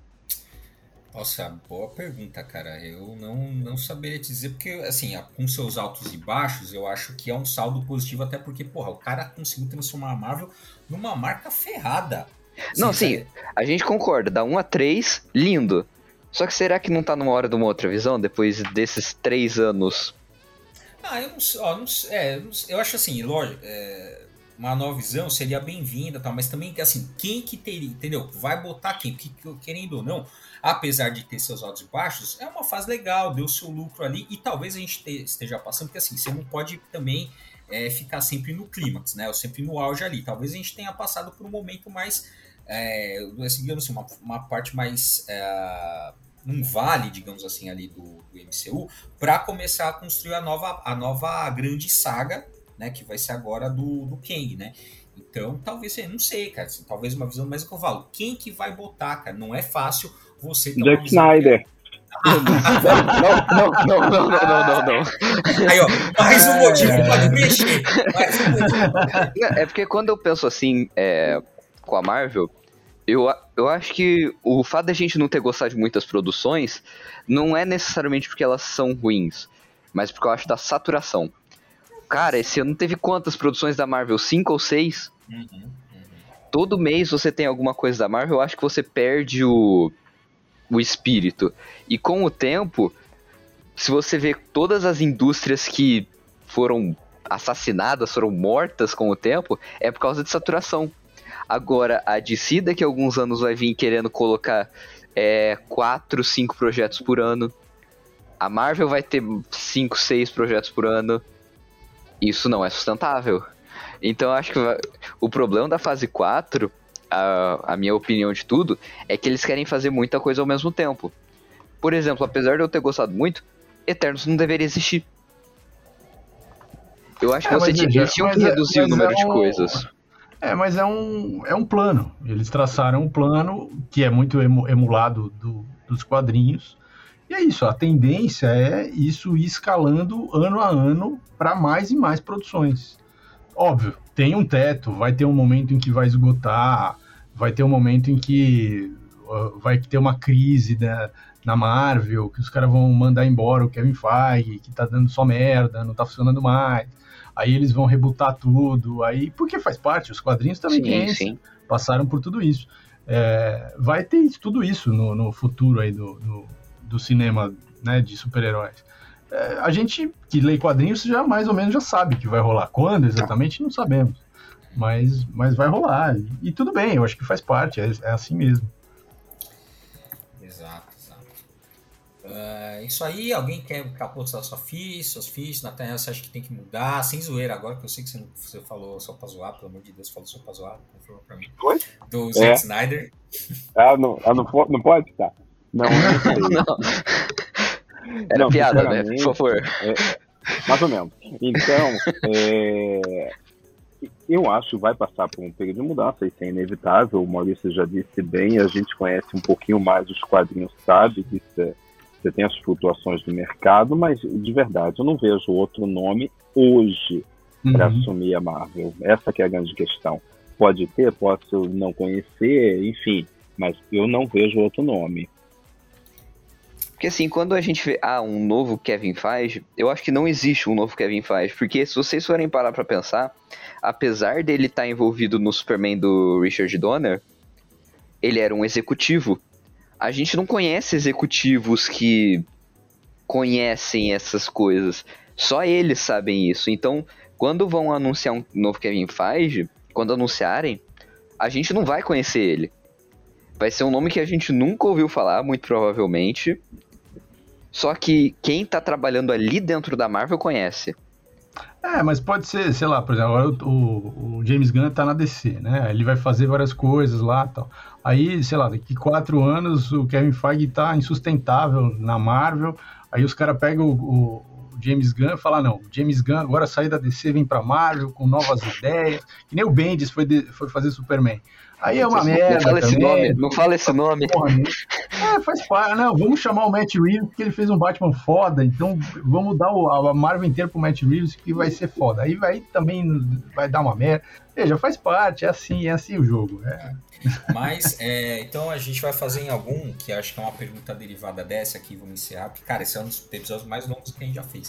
Nossa, boa pergunta, cara. Eu não, não saberia te dizer, porque, assim, com seus altos e baixos, eu acho que é um saldo positivo, até porque, porra, o cara conseguiu transformar a Marvel numa marca ferrada. Não, sim, sim, a gente concorda. Da um a três, lindo. Só que será que não tá numa hora de uma outra visão, depois desses três anos? Ah, eu não sei, ó, não sei, é, eu acho assim, lógico, é, uma nova visão seria bem-vinda, tal, mas também, assim, quem que teria, entendeu? Vai botar quem? Porque, querendo ou não, apesar de ter seus altos e baixos, é uma fase legal, deu seu lucro ali, e talvez a gente te, esteja passando, porque assim, você não pode também é, ficar sempre no clímax, né? Ou sempre no auge ali. Talvez a gente tenha passado por um momento mais, é, digamos assim, uma, uma parte mais... É, um vale, digamos assim, ali do, do M C U, para começar a construir a nova, a nova grande saga, né, que vai ser agora do, do Kang, né? Então, talvez, eu não sei, cara, assim, talvez uma visão mais que eu falo. Quem que vai botar, cara? Não é fácil você ter Zack Snyder. não, não, não, não, não, não, não. Aí, ó, mais um motivo para não mexer. Mais um motivo. É porque quando eu penso assim, é, com a Marvel, Eu, eu acho que o fato da gente não ter gostado de muitas produções não é necessariamente porque elas são ruins, mas porque eu acho da saturação. Cara, esse ano teve quantas produções da Marvel? Cinco ou seis? Uhum, uhum. Todo mês você tem alguma coisa da Marvel, eu acho que você perde o, o espírito. E com o tempo, se você vê todas as indústrias que foram assassinadas, foram mortas com o tempo, é por causa de saturação. Agora, a D C daqui a alguns anos vai vir querendo colocar é, quatro, cinco projetos por ano. A Marvel vai ter cinco, seis projetos por ano. Isso não é sustentável. Então, eu acho que vai... o problema da fase quatro, a, a minha opinião de tudo, é que eles querem fazer muita coisa ao mesmo tempo. Por exemplo, apesar de eu ter gostado muito, Eternos não deveria existir. Eu acho que É, você mas tinha, veja, eles tinham que mas é- reduzir o mas número é de um- coisas. É, mas é um, é um plano. Eles traçaram um plano que é muito emu- emulado do- dos quadrinhos. E é isso, a tendência é isso ir escalando ano a ano para mais e mais produções. Óbvio, tem um teto, vai ter um momento em que vai esgotar, vai ter um momento em que uh, vai ter uma crise da- na Marvel, que os caras vão mandar embora o Kevin Feige, que tá dando só merda, não tá funcionando mais. Aí eles vão rebootar tudo, aí porque faz parte, os quadrinhos também Sim, têm isso, sim. passaram por tudo isso. É, vai ter isso- tudo isso no, no futuro aí do, do, do cinema, né, de super-heróis. É, a gente que lê quadrinhos já mais ou menos já sabe que vai rolar. Quando exatamente, não sabemos. Mas, mas vai rolar. E, e tudo bem, eu acho que faz parte, é, é assim mesmo. Exato, exato. É isso aí, alguém quer postar sua ficha, suas fichas, Nathaniel, você acha que tem que mudar? Sem zoeira agora, que eu sei que você, não, você falou só pra zoar, pelo amor de Deus, falou só pra zoar, confirma pra mim. Foi? Do É. Zack Snyder. Ah, não, ah, não, po- não pode? Tá. Não, eu não sei. Não. Era Não, piada, né? sinceramente, Por favor. É, mais ou menos. Então, é, eu acho que vai passar por um período de mudança, isso é inevitável. O Maurício já disse bem, a gente conhece um pouquinho mais os quadrinhos, sabe que você, você tem as flutuações do mercado, mas de verdade, eu não vejo outro nome hoje para Uhum. assumir a Marvel. Essa que é a grande questão. Pode ter, posso não conhecer, enfim, mas eu não vejo outro nome. Porque assim, quando a gente vê, ah, um novo Kevin Feige, eu acho que não existe um novo Kevin Feige, porque se vocês forem parar pra pensar, apesar dele estar envolvido no Superman do Richard Donner, ele era um executivo. A gente não conhece executivos que conhecem essas coisas. Só eles sabem isso. Então, quando vão anunciar um novo Kevin Feige, quando anunciarem, a gente não vai conhecer ele. Vai ser um nome que a gente nunca ouviu falar, muito provavelmente. Só que quem tá trabalhando ali dentro da Marvel conhece. É, mas pode ser, sei lá, por exemplo, agora o, o- o James Gunn tá na D C, né? Ele vai fazer várias coisas lá e tal. Aí, sei lá, daqui quatro anos o Kevin Feige tá insustentável na Marvel. Aí os caras pegam o, o- o James Gunn e falam, não, o James Gunn agora sai da D C, vem pra Marvel com novas ideias. Que nem o Bendis foi, de- foi fazer Superman. Aí é uma merda Não fala esse também. nome, não fala esse nome. Porra, né? É, faz parte. Não, vamos chamar o Matt Reeves porque ele fez um Batman foda. Então vamos dar o, a Marvel inteira pro Matt Reeves que vai ser foda. Aí vai também vai dar uma merda. Veja, faz parte. É assim, é assim o jogo. É. Mas, é, então a gente vai fazer em algum, que acho que é uma pergunta derivada dessa aqui, vamos encerrar, porque, cara, esse é um dos episódios mais longos que a gente já fez.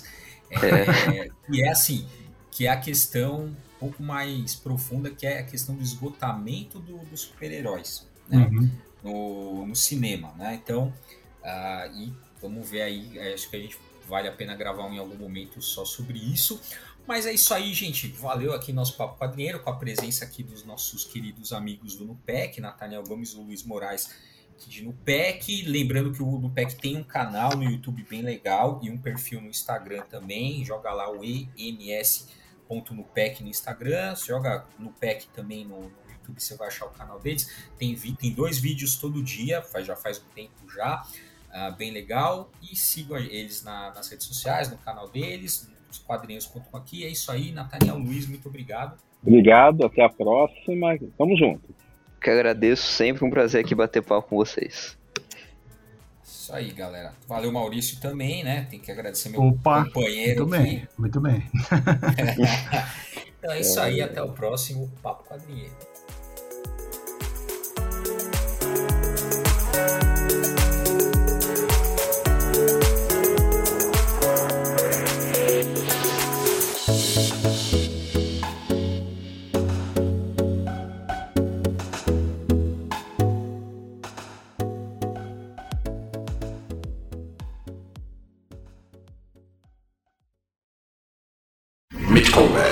É, e é assim, que é a questão um pouco mais profunda, que é a questão do esgotamento do, dos super-heróis, né? Uhum. no, no cinema, né? Então, uh, e vamos ver aí, acho que a gente vale a pena gravar em algum momento só sobre isso. Mas é isso aí, gente. Valeu aqui nosso Papo Quadrinheiro, com a presença aqui dos nossos queridos amigos do Nupec, Nathaniel Gomes e Luiz Moraes, aqui de Nupec. Lembrando que o Nupec tem um canal no YouTube bem legal e um perfil no Instagram também. Joga lá o e m s ponto nupec no Instagram, joga Nupec também no, no YouTube, você vai achar o canal deles. Tem, vi, tem dois vídeos todo dia, faz, já faz um tempo já, uh, bem legal. E sigam eles na, nas redes sociais, no canal deles. Os quadrinhos contam aqui. É isso aí, Nathaniel, Luiz, muito obrigado. Obrigado, até a próxima. Tamo junto. Que agradeço, sempre um prazer aqui bater papo com vocês. Isso aí, galera. Valeu, Maurício, também, né? Tem que agradecer meu Opa, companheiro muito aqui. bem, muito bem. Então é isso aí, até o próximo Papo Quadrinheiro. so bad.